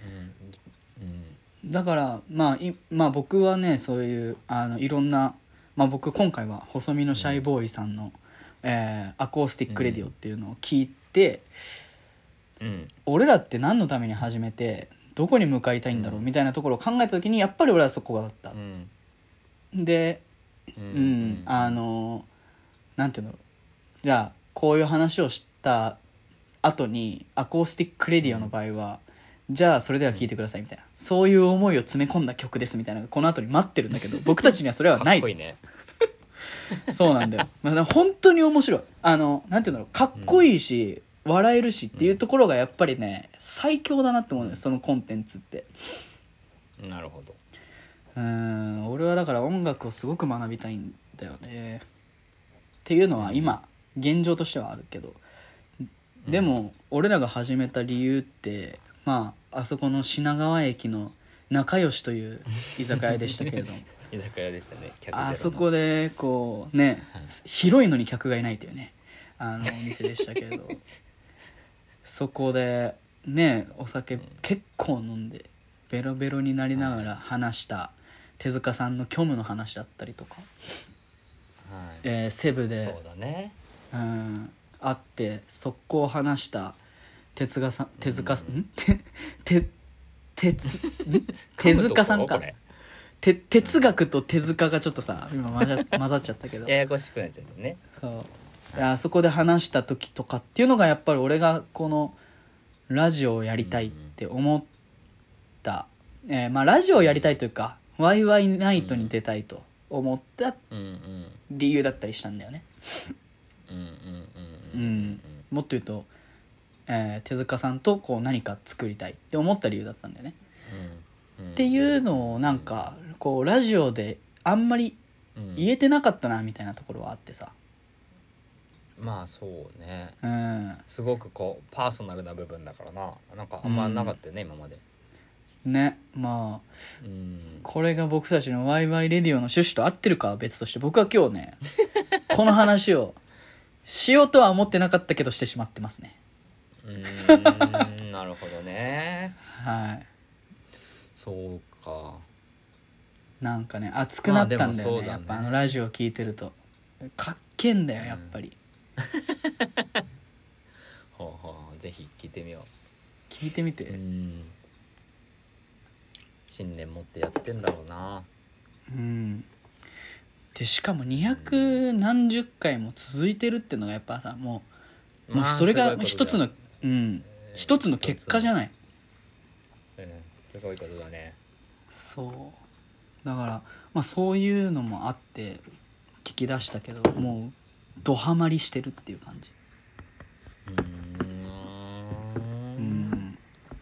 うん、だから、まあ、いまあ僕はねそういうあのいろんな、まあ、僕今回は細身のシャイボーイさんの、うんえー、アコースティックレディオっていうのを聞いて、うん、俺らって何のために始めてどこに向かいたいんだろうみたいなところを考えた時にやっぱり俺はそこだった、 うん、 でうんうん、あのなんていうんだろう、じゃあこういう話をした後にアコースティックレディオの場合は、うん、じゃあそれでは聴いてくださいみたいな、そういう思いを詰め込んだ曲ですみたいなのがこの後に待ってるんだけど僕たちにはそれはない。 かっこいいねそうなんだよ、まあ、でも本当に面白い、あのなんていうんだろう、かっこいいし、うん、笑えるしっていうところがやっぱりね最強だなって思うのよ、そのコンテンツって。 なるほど。 うーん、俺はだから音楽をすごく学びたいんだよねっていうのは今現状としてはあるけど、でも俺らが始めた理由ってまああそこの品川駅の仲良しという居酒屋でしたけれども居酒屋でしたね。客ゼロのあそこでこうね、広いのに客がいないというね、あのお店でしたけれどそこでねお酒結構飲んでベロベロになりながら話した手塚さんの虚無の話だったりとか、はい、えー、セブでそうだね、 うん、会って速攻話した手塚さん手塚さん、んててつん手塚さんかて哲学と手塚がちょっとさ今混ざ混ざっちゃったけどややこしくなっちゃったね。 そういやあそこで話した時とかっていうのがやっぱり俺がこのラジオをやりたいって思った、うんうん、えー、まあラジオをやりたいというか、うん、ワイワイナイトに出たいと思った理由だったりしたんだよね。もっと言うと、えー、手塚さんとこう何か作りたいって思った理由だったんだよね、うんうん、っていうのをなんかこうラジオであんまり言えてなかったなみたいなところはあってさ、 まあそうね、 うん、 すごくこうパーソナルな部分だからな、なんかあんまなかったよね、うん、今までね。まあ、 うん、 これが僕たちのワイワイレディオの趣旨と合ってるかは別として、僕は今日ねこの話をしようとは思ってなかったけどしてしまってますね。 うーんなるほどね。 はい。 そうか。 なんかね熱くなったんだよね、 まあ、 やっぱあのラジオ聞いてるとかっけんだよやっぱり、うん、 ほうほう、ぜひ聞いてみよう。 聞いてみて。うん、 信念持ってやってんだろうな。 うんでしかもにひゃくなんじゅっかいも続いてるってのがやっぱさもう、まあ、もうそれが一つの、うん、一つの結果じゃない、 うん、すごいことだね。 そうだから、まあ、そういうのもあって聞き出したけどもうドハマりしてるっていう感じ。 うーんうん、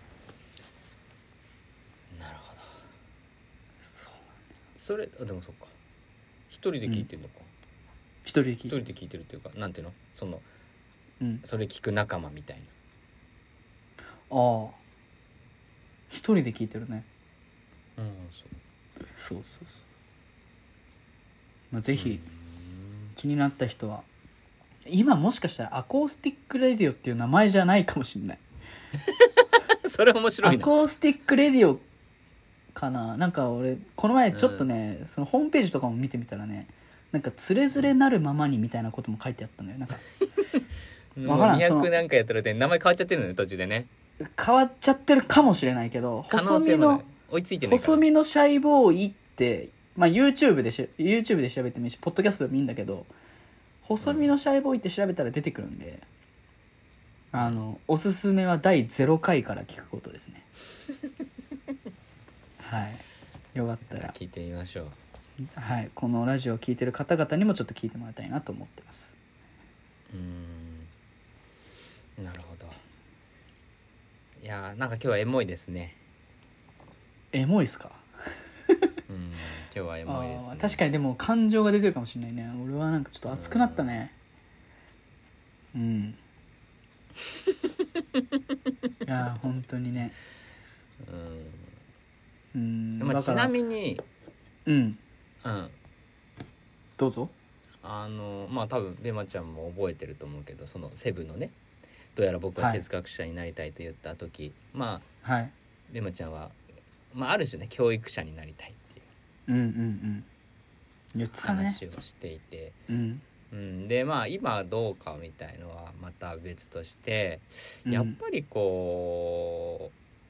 なるほど。そうそれあでもそっか一人で聞いてるのか、うん、 一人で聞いてる、一人で聞いてるっていうかなんていうのその、 うん、 それ聞く仲間みたいな。 ああ一人で聞いてるね。 うんそうそうそうそう、まあ、ぜひ気になった人は今もしかしたらアコースティックレディオっていう名前じゃないかもしれないそれ面白いな。 アコースティックレディオかな。なんか俺この前ちょっとね、うん、そのホームページとかも見てみたらねなんかつれづれなるままにみたいなことも書いてあったのよ。なんかわからん、にひゃくなんかやったらね名前変わっちゃってるのね途中でね。 変わっちゃってるかもしれないけど細身の追いついてないから細身のシャイボーイって、まあ、YouTube でし YouTube で調べてもいいしポッドキャストでもいいんだけど細身のシャイボーイって調べたら出てくるんで、うん、あのおすすめはだいゼロかいから聞くことですねはいよかったら聞いてみましょう。 はい、このラジオを聞いてる方々にもちょっと聞いてもらいたいなと思ってます。 うーんなるほど。いやなんか今日はエモいですね。 エモいっすかうん今日はエモいですね。 確かにでも感情が出てるかもしれないね。俺はなんかちょっと熱くなったね。うん、うん、いや本当にね。 うん、うん、まあ、ちなみにうんうんどうぞ。 あのまあ多分ベマちゃんも覚えてると思うけどそのセブのねどうやら僕は哲学者になりたいと言った時、はい、まあ、はい、ベマちゃんは、まあ、ある種ね教育者になりたいっていう、うんうんうん、言ってたね、話をしていて、うんうん、でまあ今どうかみたいのはまた別として、うん、やっぱりこう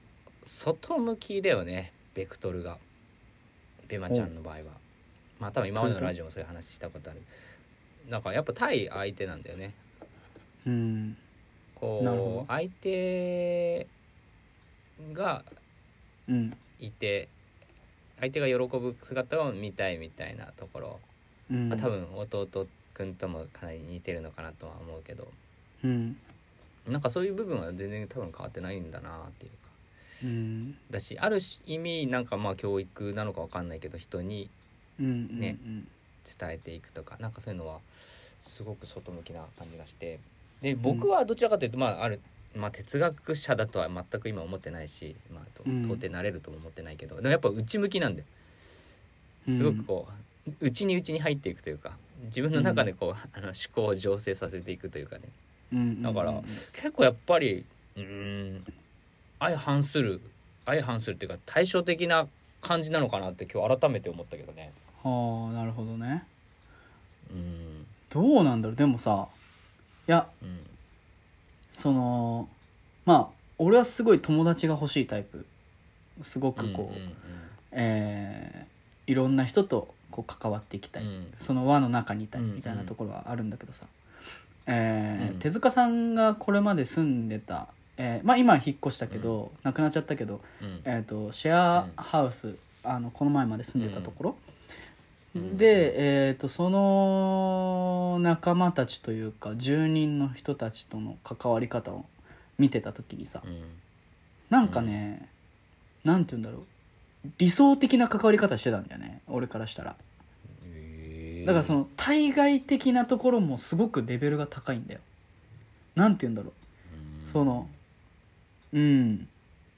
外向きだよね、ベクトルが。ベマちゃんの場合はまあ多分今までのラジオもそういう話したことある。だからやっぱ対相手なんだよね。 うんこう相手がいて、うん、相手が喜ぶ姿を見たいみたいなところ、うんまあ、多分弟くんともかなり似てるのかなとは思うけど、うん、なんかそういう部分は全然多分変わってないんだなっていうか、うん、だしある意味なんかまあ教育なのか分かんないけど人にね、うんうんうん、伝えていくとかなんかそういうのはすごく外向きな感じがして、で僕はどちらかというとまああるまあ、哲学者だとは全く今思ってないし、まあ、到底なれるとも思ってないけど、うん、でもやっぱ内向きなんだよ。すごくこう、うん、内に内に入っていくというか自分の中でこう、うん、あの思考を醸成させていくというかね、うん、だから結構やっぱりうーん相反する相反するっていうか対照的な感じなのかなって今日改めて思ったけどね。 はあなるほどね。うんどうなんだろう。でもさいや、うん、そのまあ俺はすごい友達が欲しいタイプ。すごくこう、うんうんうんえー、いろんな人とこう関わっていきたい、うん、その輪の中にいたいみたいなところはあるんだけどさ、うんえーうん、手塚さんがこれまで住んでた、えーまあ、今は引っ越したけど、うん、亡くなっちゃったけど、うんえー、とシェアハウス、あのこの前まで住んでたところ、うん、で、えー、とその仲間たちというか住人の人たちとの関わり方を見てた時にさ、うん、なんかね、うん、なんて言うんだろう理想的な関わり方してたんだよね俺からしたら。だからその対外的なところもすごくレベルが高いんだよ。なんて言うんだろう、うん、そのうん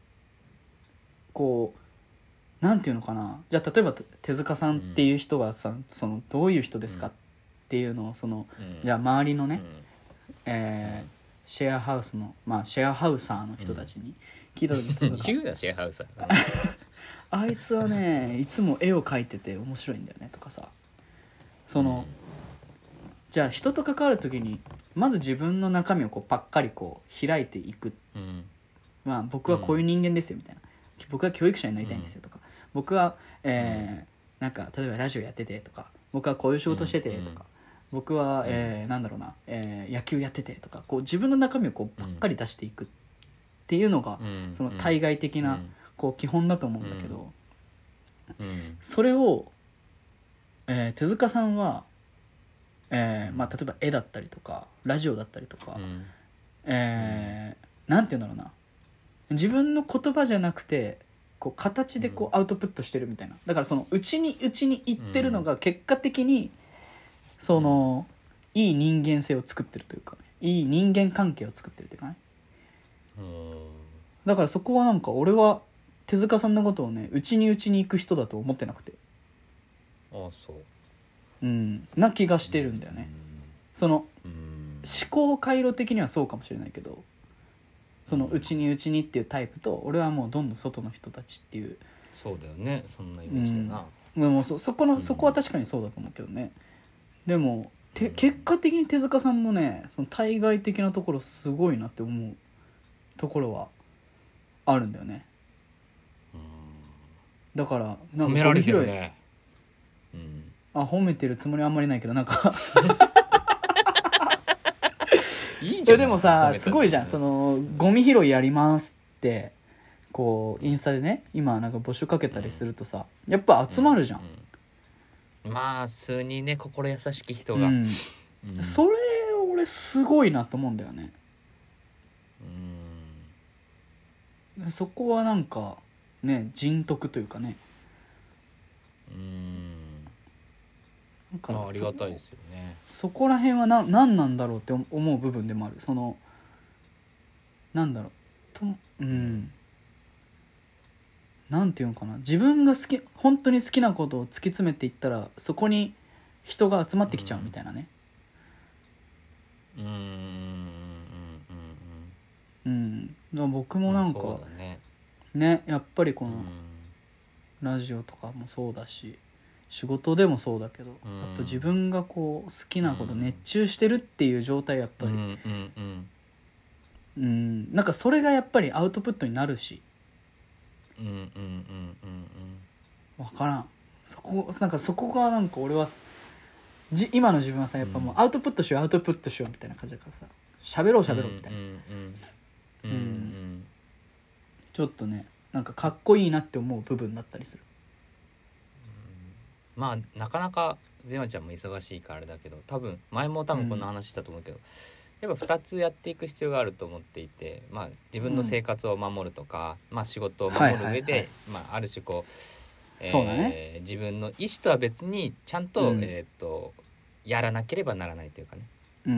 こうなんていうのかな、じゃあ例えば手塚さんっていう人がさ、うん、そのどういう人ですかっていうのをその、うん、じゃあ周りのね、うんえー、シェアハウスのまあシェアハウサーの人たちに聞いた時に、うん、 言うなシェアハウサーあいつはねいつも絵を描いてて面白いんだよねとかさ、その、うん、じゃあ人と関わる時にまず自分の中身をこうパッカリこう開いていく、うんまあ、僕はこういう人間ですよみたいな、僕は教育者になりたいんですよとか、僕は、えー、なんか例えばラジオやっててとか、僕はこういう仕事しててとか、僕は、えー、なんだろうな、えー、野球やっててとか、こう自分の中身をこうパッカリ出していくっていうのが、その対外的なこう基本だと思うんだけど、それを、えー、手塚さんは、えーまあ、例えば絵だったりとかラジオだったりとか、うんえー、なんて言うんだろうな、自分の言葉じゃなくてこう形でこうアウトプットしてるみたいな、だからその内に内に言ってるのが結果的にそのいい人間性を作ってるというか、ね、いい人間関係を作ってるというかね。だからそこはなんか俺は手塚さんのことをね内に内に行く人だと思ってなくて、 ああそううんな気がしてるんだよね。その思考回路的にはそうかもしれないけど、その内に内にっていうタイプと俺はもうどんどん外の人たちっていう。 そうだよね、そんなイメージだな、 うん、でも そ, そこのそこは確かにそうだと思うけどね。でもて結果的に手塚さんもねその対外的なところすごいなって思うところはあるんだよね。だからなんか褒められてるね、 うん、あ褒めてるつもりはあんまりないけどなんかいいじゃん。でもさすごいじゃん、そのゴミ拾いやりますってこうインスタでね今なんか募集かけたりするとさ、うん、やっぱ集まるじゃん、 うんうん、まあ数人ね心優しき人が、うんうん、それ俺すごいなと思うんだよね。うんそこはなんかね人徳というかね、 うんなんか あ, ありがたいですよね。 そこら辺はな何なんだろうって思う部分でもある。そのなんだろうとうんなんていうのかな、自分が好き本当に好きなことを突き詰めていったらそこに人が集まってきちゃうみたいなね。うんうんうんうんうん。だから僕もなんか、まあ、そうだね。ねやっぱりこのラジオとかもそうだし仕事でもそうだけど、うん、やっぱ自分がこう好きなこと熱中してるっていう状態やっぱり、うんうんうん、うんなんかそれがやっぱりアウトプットになるし、 うんうんうんうん分からん。そこなんかそこがなんか俺はじ今の自分はさやっぱもうアウトプットしようアウトプットしようみたいな感じだからさ喋ろう喋ろうみたいな、 うんうんうんうんうんちょっとねなんかかっこいいなって思う部分だったりする。 まあなかなかベマちゃんも忙しいからあれだけど多分前も多分こんな話したと思うけど、うん、やっぱふたつやっていく必要があると思っていて、まあ、自分の生活を守るとか、うんまあ、仕事を守る上で、はいはいはいまあ、ある種こう、えーそうだね、 自分の意思とは別にちゃんと,、 うんえー、とやらなければならないというかね、 うんうん、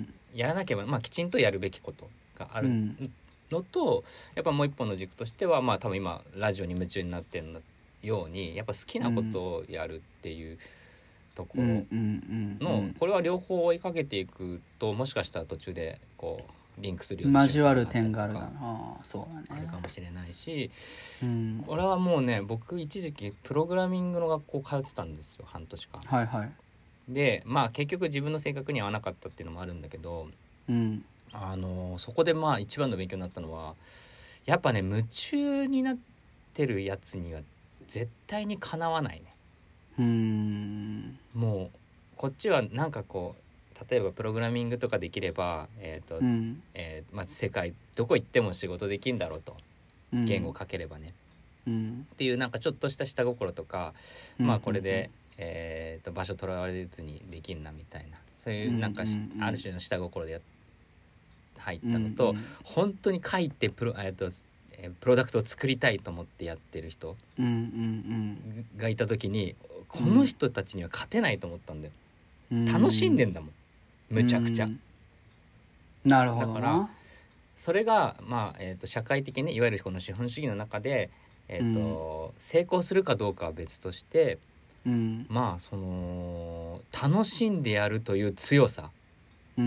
やらなければ、まあ、きちんとやるべきことがあるのと、 うん、 やっぱもう一本の軸としては、まあ、多分今ラジオに夢中になってるようにやっぱ好きなことをやるっていうところのこれは両方追いかけていくともしかしたら途中でこうリンクするような交わる点があるかなあそうだ、ね、 あるかもしれないし、 うん、 これはもうね僕一時期プログラミングの学校通ってたんですよ半年間。 はいはい、 でまあ結局自分の性格に合わなかったっていうのもあるんだけど、 うん、 あのそこでまあ一番の勉強になったのはやっぱね夢中になってるやつには絶対にかなわないね。 うーんもうこっちはなんかこう例えばプログラミングとかできれば、えーとうんえーまあ、世界どこ行っても仕事できるんだろうと、 うん、 言語を書ければね、 うん、 っていうなんかちょっとした下心とか、 うん、 まあこれで、うんえー、と場所取られずにできんなみたいなそういうなんか、うんうん、ある種の下心でや入ったのと、うんうん、本当に書いてプロ、えーとプロダクトを作りたいと思ってやってる人がいた時に、この人たちには勝てないと思ったんだよ、うん、楽しんでんだもんむちゃくちゃ、うん、 なるほどな。 だからそれが、まあえー、と社会的に、ね、いわゆるこの資本主義の中で、えーとうん、成功するかどうかは別として、 うん、 まあその楽しんでやるという強さ、 うん、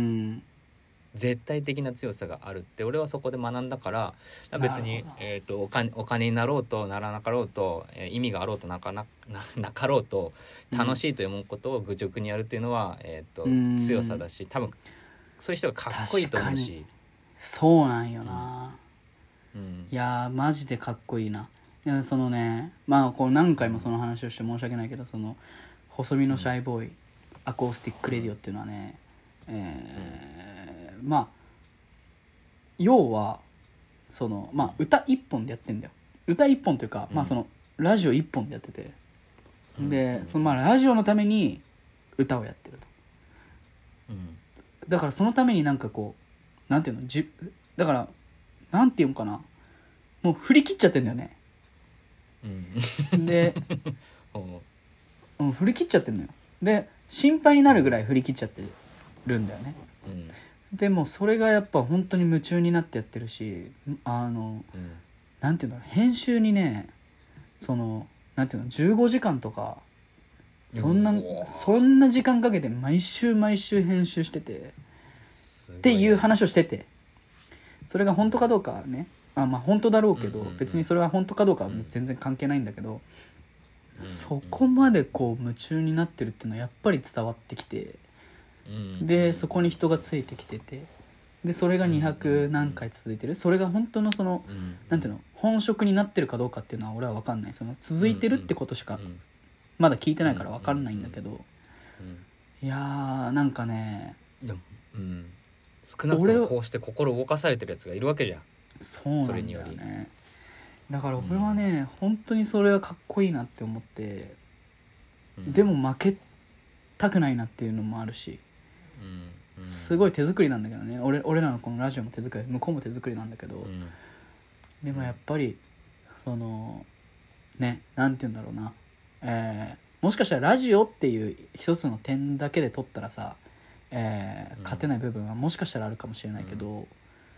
絶対的な強さがあるって俺はそこで学んだから別に、えー、と お, 金お金になろうとならなかろうと、えー、意味があろうとなか な, な, なかろうと楽しいと思うことを愚直にやるっていうのは、えー、と強さだし多分そういう人がかっこいいと思うしそうなんよな、 うんうん、 いやマジでかっこいいな。いやそのねまあこう何回もその話をして申し訳ないけどその細身のシャイボーイ、うん、アコースティックレディオっていうのはね、えーうん、まあ要はそのまあ歌一本でやってんだよ。歌一本というか、うん、まあそのラジオ一本でやってて、うん、でそのまあラジオのために歌をやってると、うん、だからそのためになんかこうなんていうのじだからなんていうのかなもう振り切っちゃってんだよね、うん、で、うん、振り切っちゃってんのよ。で心配になるぐらい振り切っちゃってるんだよね、うんでもそれがやっぱ本当に夢中になってやってるしあの、うん、なんていうの編集にねそのなんていうのじゅうごじかんとかそんな、そんな時間かけて毎週毎週編集しててっていう話をしててそれが本当かどうかねあまあ本当だろうけど、うんうんうん、別にそれは本当かどうかは全然関係ないんだけど、うん、そこまでこう夢中になってるっていうのはやっぱり伝わってきてでそこに人がついてきててでそれがにひゃく何回続いてるそれが本当のそのなんていうの本職になってるかどうかっていうのは俺は分かんないその続いてるってことしかまだ聞いてないから分かんないんだけどいやーなんかねでも、うん、少なくともこうして心動かされてるやつがいるわけじゃん。 そうなんだよね。だから俺はね、うん、本当にそれはかっこいいなって思って、うん、でも負けたくないなっていうのもあるしうんうん、すごい手作りなんだけどね 俺, 俺らのこのラジオも手作り向こうも手作りなんだけど、うん、でもやっぱりそのねなんて言うんだろうな、えー、もしかしたらラジオっていう一つの点だけで取ったらさ、えー、勝てない部分はもしかしたらあるかもしれないけど、うん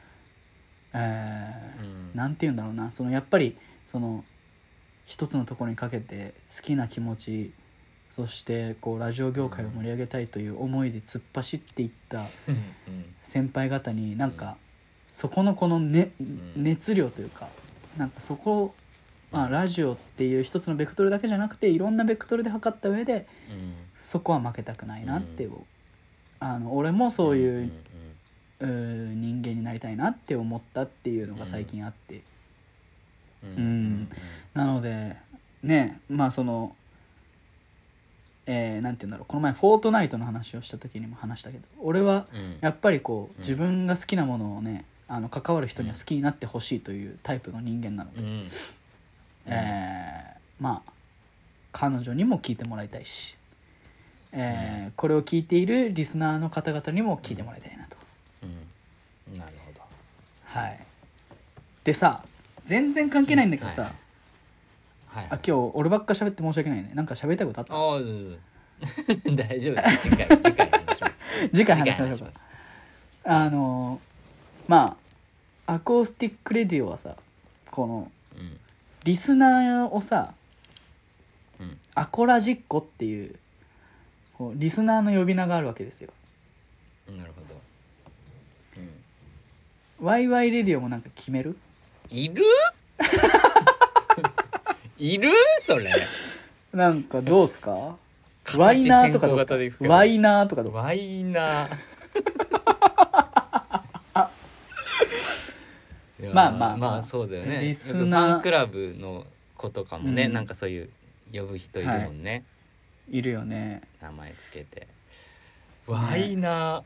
えーうん、なんて言うんだろうなそのやっぱりその一つのところにかけて好きな気持ちそしてこうラジオ業界を盛り上げたいという思いで突っ走っていった先輩方になんかそこのこの、ね、熱量というかなんかそこを、まあ、ラジオっていう一つのベクトルだけじゃなくていろんなベクトルで測った上でそこは負けたくないなっていうあの俺もそういうう人間になりたいなって思ったっていうのが最近あってうん、 うん、なのでね、まあそのえー、なんて言うんだろう、この前フォートナイトの話をした時にも話したけど、俺はやっぱりこう、うん、自分が好きなものをね、あの関わる人には好きになってほしいというタイプの人間なので、うん、えー、まあ彼女にも聞いてもらいたいし、えーうん、これを聞いているリスナーの方々にも聞いてもらいたいなと、 うんうん、なるほど。 はい。でさ、全然関係ないんだけどさ、うん、はいはい、あ、今日俺ばっか喋って申し訳ないね。なんか喋りたいことあった？ ああ、大丈夫です。次回次回話します。 次回話しましょうか。あのまあアコースティックレディオはさ、この、うん、リスナーをさ、うん、アコラジッコっていう、こうリスナーの呼び名があるわけですよ。 なるほど。 うん、ワイワイレディオもなんか決める？ いる？いる？それなんかどうすか？ワイナーとかどうすか？ワイナーとかどう？ ワイナーまあまあまあそうだよね。リスナーファンクラブの子とかもね、うん、なんかそういう呼ぶ人いるもんね、 はい、いるよね。 名前つけてワイナ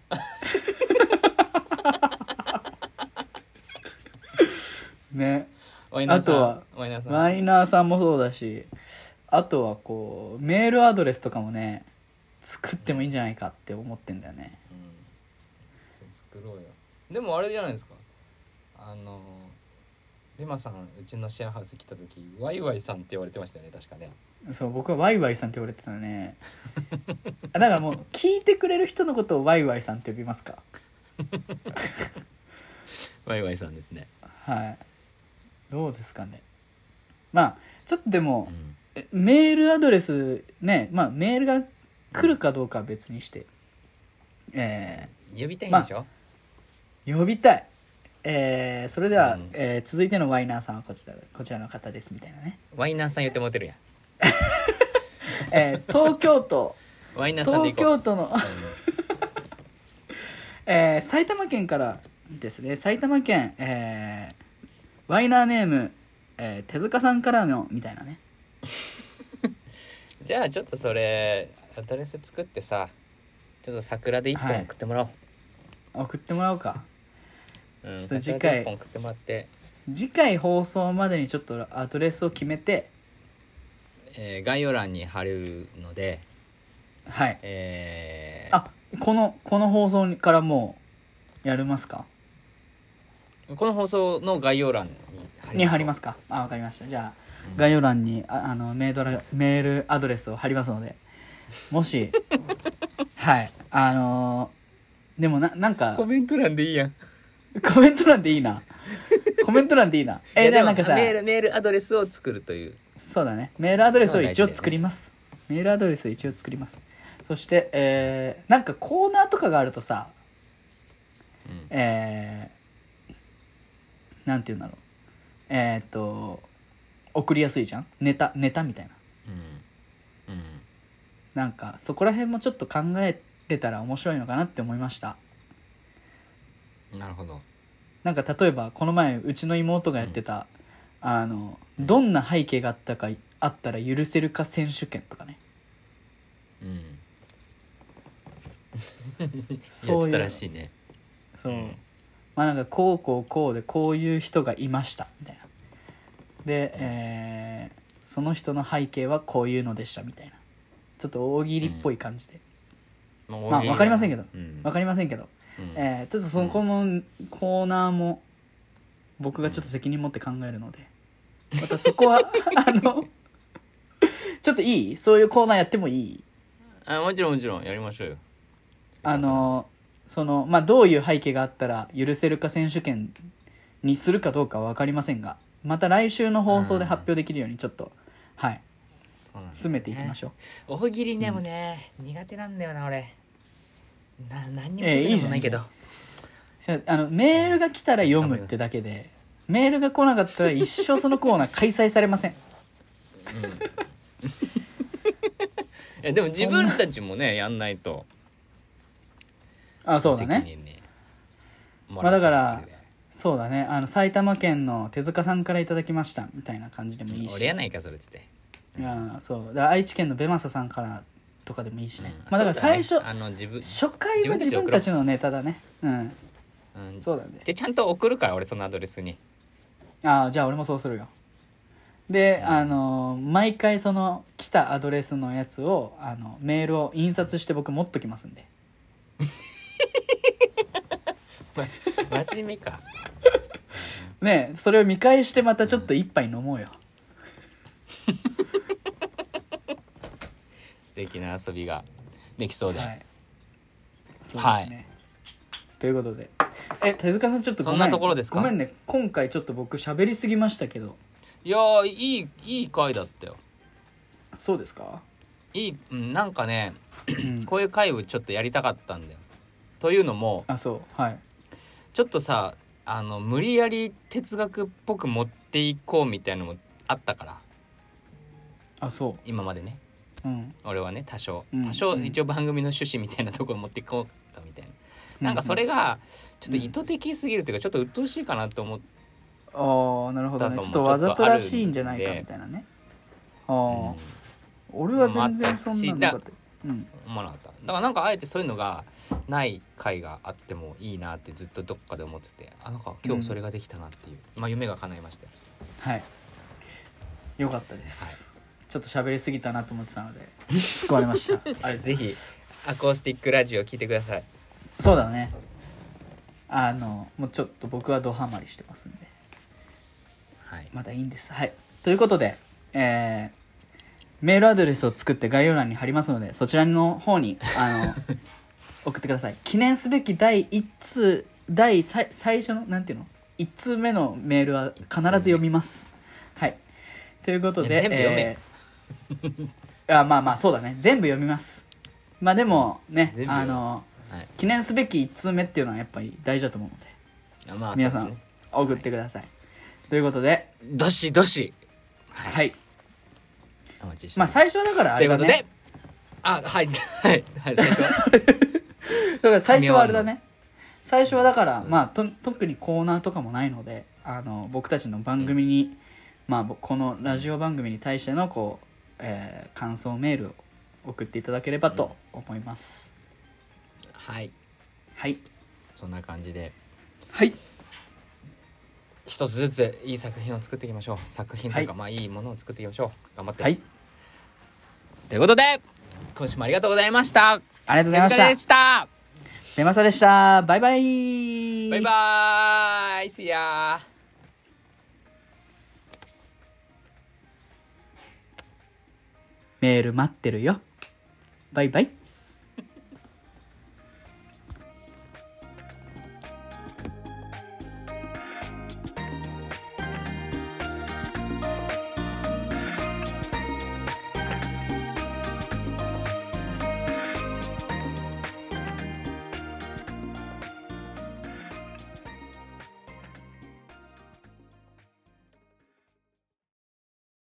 ーね。あとはワイナーさん、ワイナーさんもそうだし、あとはこうメールアドレスとかもね作ってもいいんじゃないかって思ってんだよね、うん、 そう作ろうよ。でもあれじゃないですか、あのリマさんうちのシェアハウス来た時ワイワイさんって言われてましたよね、確かね。 そう、僕はワイワイさんって言われてたのねだからもう聞いてくれる人のことをワイワイさんって呼びますかワイワイさんですね。 はい、どうですかね。まあちょっとでも、うん、メールアドレスね、まあメールが来るかどうかは別にして、うん、えー、呼びたいんでしょ、 まあ、呼びたい。えー、それでは、うん、えー、続いてのワイナーさんはこちらこちらの方ですみたいなね。 ワイナーさん言ってもてるやんえー、東京都ワイナーさんで行こう。 東京都の、えー、埼玉県からですね。埼玉県、えー、ワイナーネーム、えー、手塚さんからのみたいなねじゃあちょっとそれアドレス作ってさ、ちょっと桜で一本送ってもらおう、 はい、送ってもらおうか、 うん、ちょっと次回一本送ってもらって、 次回放送までにちょっとアドレスを決めて、 えー、概要欄に貼るので、 はい、 えー、あ、このこの放送からもうやりますか？ この放送の概要欄に貼りに貼りますか？あ、わかりました。じゃあ、うん、概要欄に あ, あのメールメールアドレスを貼りますので、もしはいあのー、でもななんかコメント欄でいいやん。 コメント欄でいいな。コメント欄でいいな。 えー、でもなんかさメールメールアドレスを作るという。 そうだね。メールアドレスを一応作ります。ね、メールアドレスを一応作ります。そして、えー、なんかコーナーとかがあるとさ、うん、えー、なんていうんだろう。えー、っと送りやすいじゃん。ネタネタみたいな。うん。うん。なんかそこら辺もちょっと考えれたら面白いのかなって思いました。 なるほど。 なんか例えばこの前うちの妹がやってた、うん、あのどんな背景があったかあったら許せるか選手権とかね。うん。 そういうやってたらしいね。 そう。うん、まあなんかこうこうこうでこういう人がいましたみたいな。で、うん、えー、その人の背景はこういうのでしたみたいな。ちょっと大喜利っぽい感じで。うん、まあわかりませんけど、わ、うん、かりませんけど。うん、えー、ちょっとそこのコーナーも僕がちょっと責任持って考えるので、うん、またそこはあのちょっといい？そういうコーナーやってもいい？ あ、もちろんもちろんやりましょうよ。 あのそのまあどういう背景があったら許せるか選手権にするかどうかは分かりませんが、また来週の放送で発表できるようにちょっと、はい、そうなんですね、詰めていきましょう。 大喜利でもね、うん、苦手なんだよな俺。な何にも得意でもないけど、 えー、いいあのメールが来たら読むってだけで、メールが来なかったら一生そのコーナー開催されません、うん、いやでも自分たちもねやんないと。 あ、そうだね。まあだからそうだね、あの埼玉県の手塚さんからいただきましたみたいな感じでもいいし、 俺やないかそれっつって、 いやそうだから愛知県のベマサさんからとかでもいいしね、 うんまあだから最初、 そうだね、あの自分初回は自自分たちで送ろう分たちのネタだね。うん、 うん、 そうだね。 でちゃんと送るから俺そのアドレスに。 ああじゃあ俺もそうするよ。で、 うんあの毎回その来たアドレスのやつをあのメールを印刷して僕持っときますんで。 真面目か。 ねえそれを見返してまたちょっと一杯飲もうよ。 素敵な遊びができそうで、 はい。そうはいですね。ということで、え手塚さんちょっとごめんそんなところですかごめんね今回ちょっと僕喋りすぎましたけど。 いやーいいいい回だったよ。 そうですか。 いい、うん、なんかねうんこういう回をちょっとやりたかったんだよ。というのもあそうはい。 ちょっとさあの無理やり哲学っぽく持っていこうみたいなのもあったからあそ今までねう。うん。 俺はね多少うん多少うん一応番組の趣旨みたいなところ持っていこうかみたいな、なんかそれがちょっと意図的すぎるというかちょっと鬱陶しいかなと思って、 ああなるほどね。 だと思うちょっとわざとらしいんじゃないかみたいなね。ああ、 うん俺は全然そんなのなかった。うん。 思わなかった。だからなんかあえてそういうのがない回があってもいいなってずっとどっかで思ってて、あなんか今日それができたなっていう、うん、まあ夢が叶いましたよ。 はい。よかったです。はい、ちょっと喋りすぎたなと思ってたので救われました。ありがとうございます。 ぜひアコースティックラジオ聞いてください。 そうだね。あのもうちょっと僕はドハマりしてますんで、 はい。 まだいいんです。はい。ということで、えー、メールアドレスを作って概要欄に貼りますのでそちらの方にあの送ってください。記念すべき第一通第最最初のなんていうの一通目のメールは必ず読みます。はい。ということで全部読め、 えー、あまあまあそうだね全部読みます。まあでもね全部あの、 はい、 記念すべき一通目っていうのはやっぱり大事だと思うので、 まあ、 皆さんそうですね、 送ってください。はい、ということでどしどし、はい、 はい、 お待ちしてまあ最初だからあれだね。 ということで、あはいはいはい最初はだから最初はあれだね。最初はだから、まあと特にコーナーとかもないので、あの僕たちの番組に、うん、まあこのラジオ番組に対してのこう、えー、感想メールを送っていただければと思います。 うん、はいはいそんな感じで、 はい一つずついい作品を作っていきましょう。作品というか、はい、まあいいものを作っていきましょう。頑張って。はい。ということで今週もありがとうございました。 ありがとうございました。手塚でした。 めまさでした。バイバイ。 バイバイ。See ya。 メール待ってるよ。バイバイ。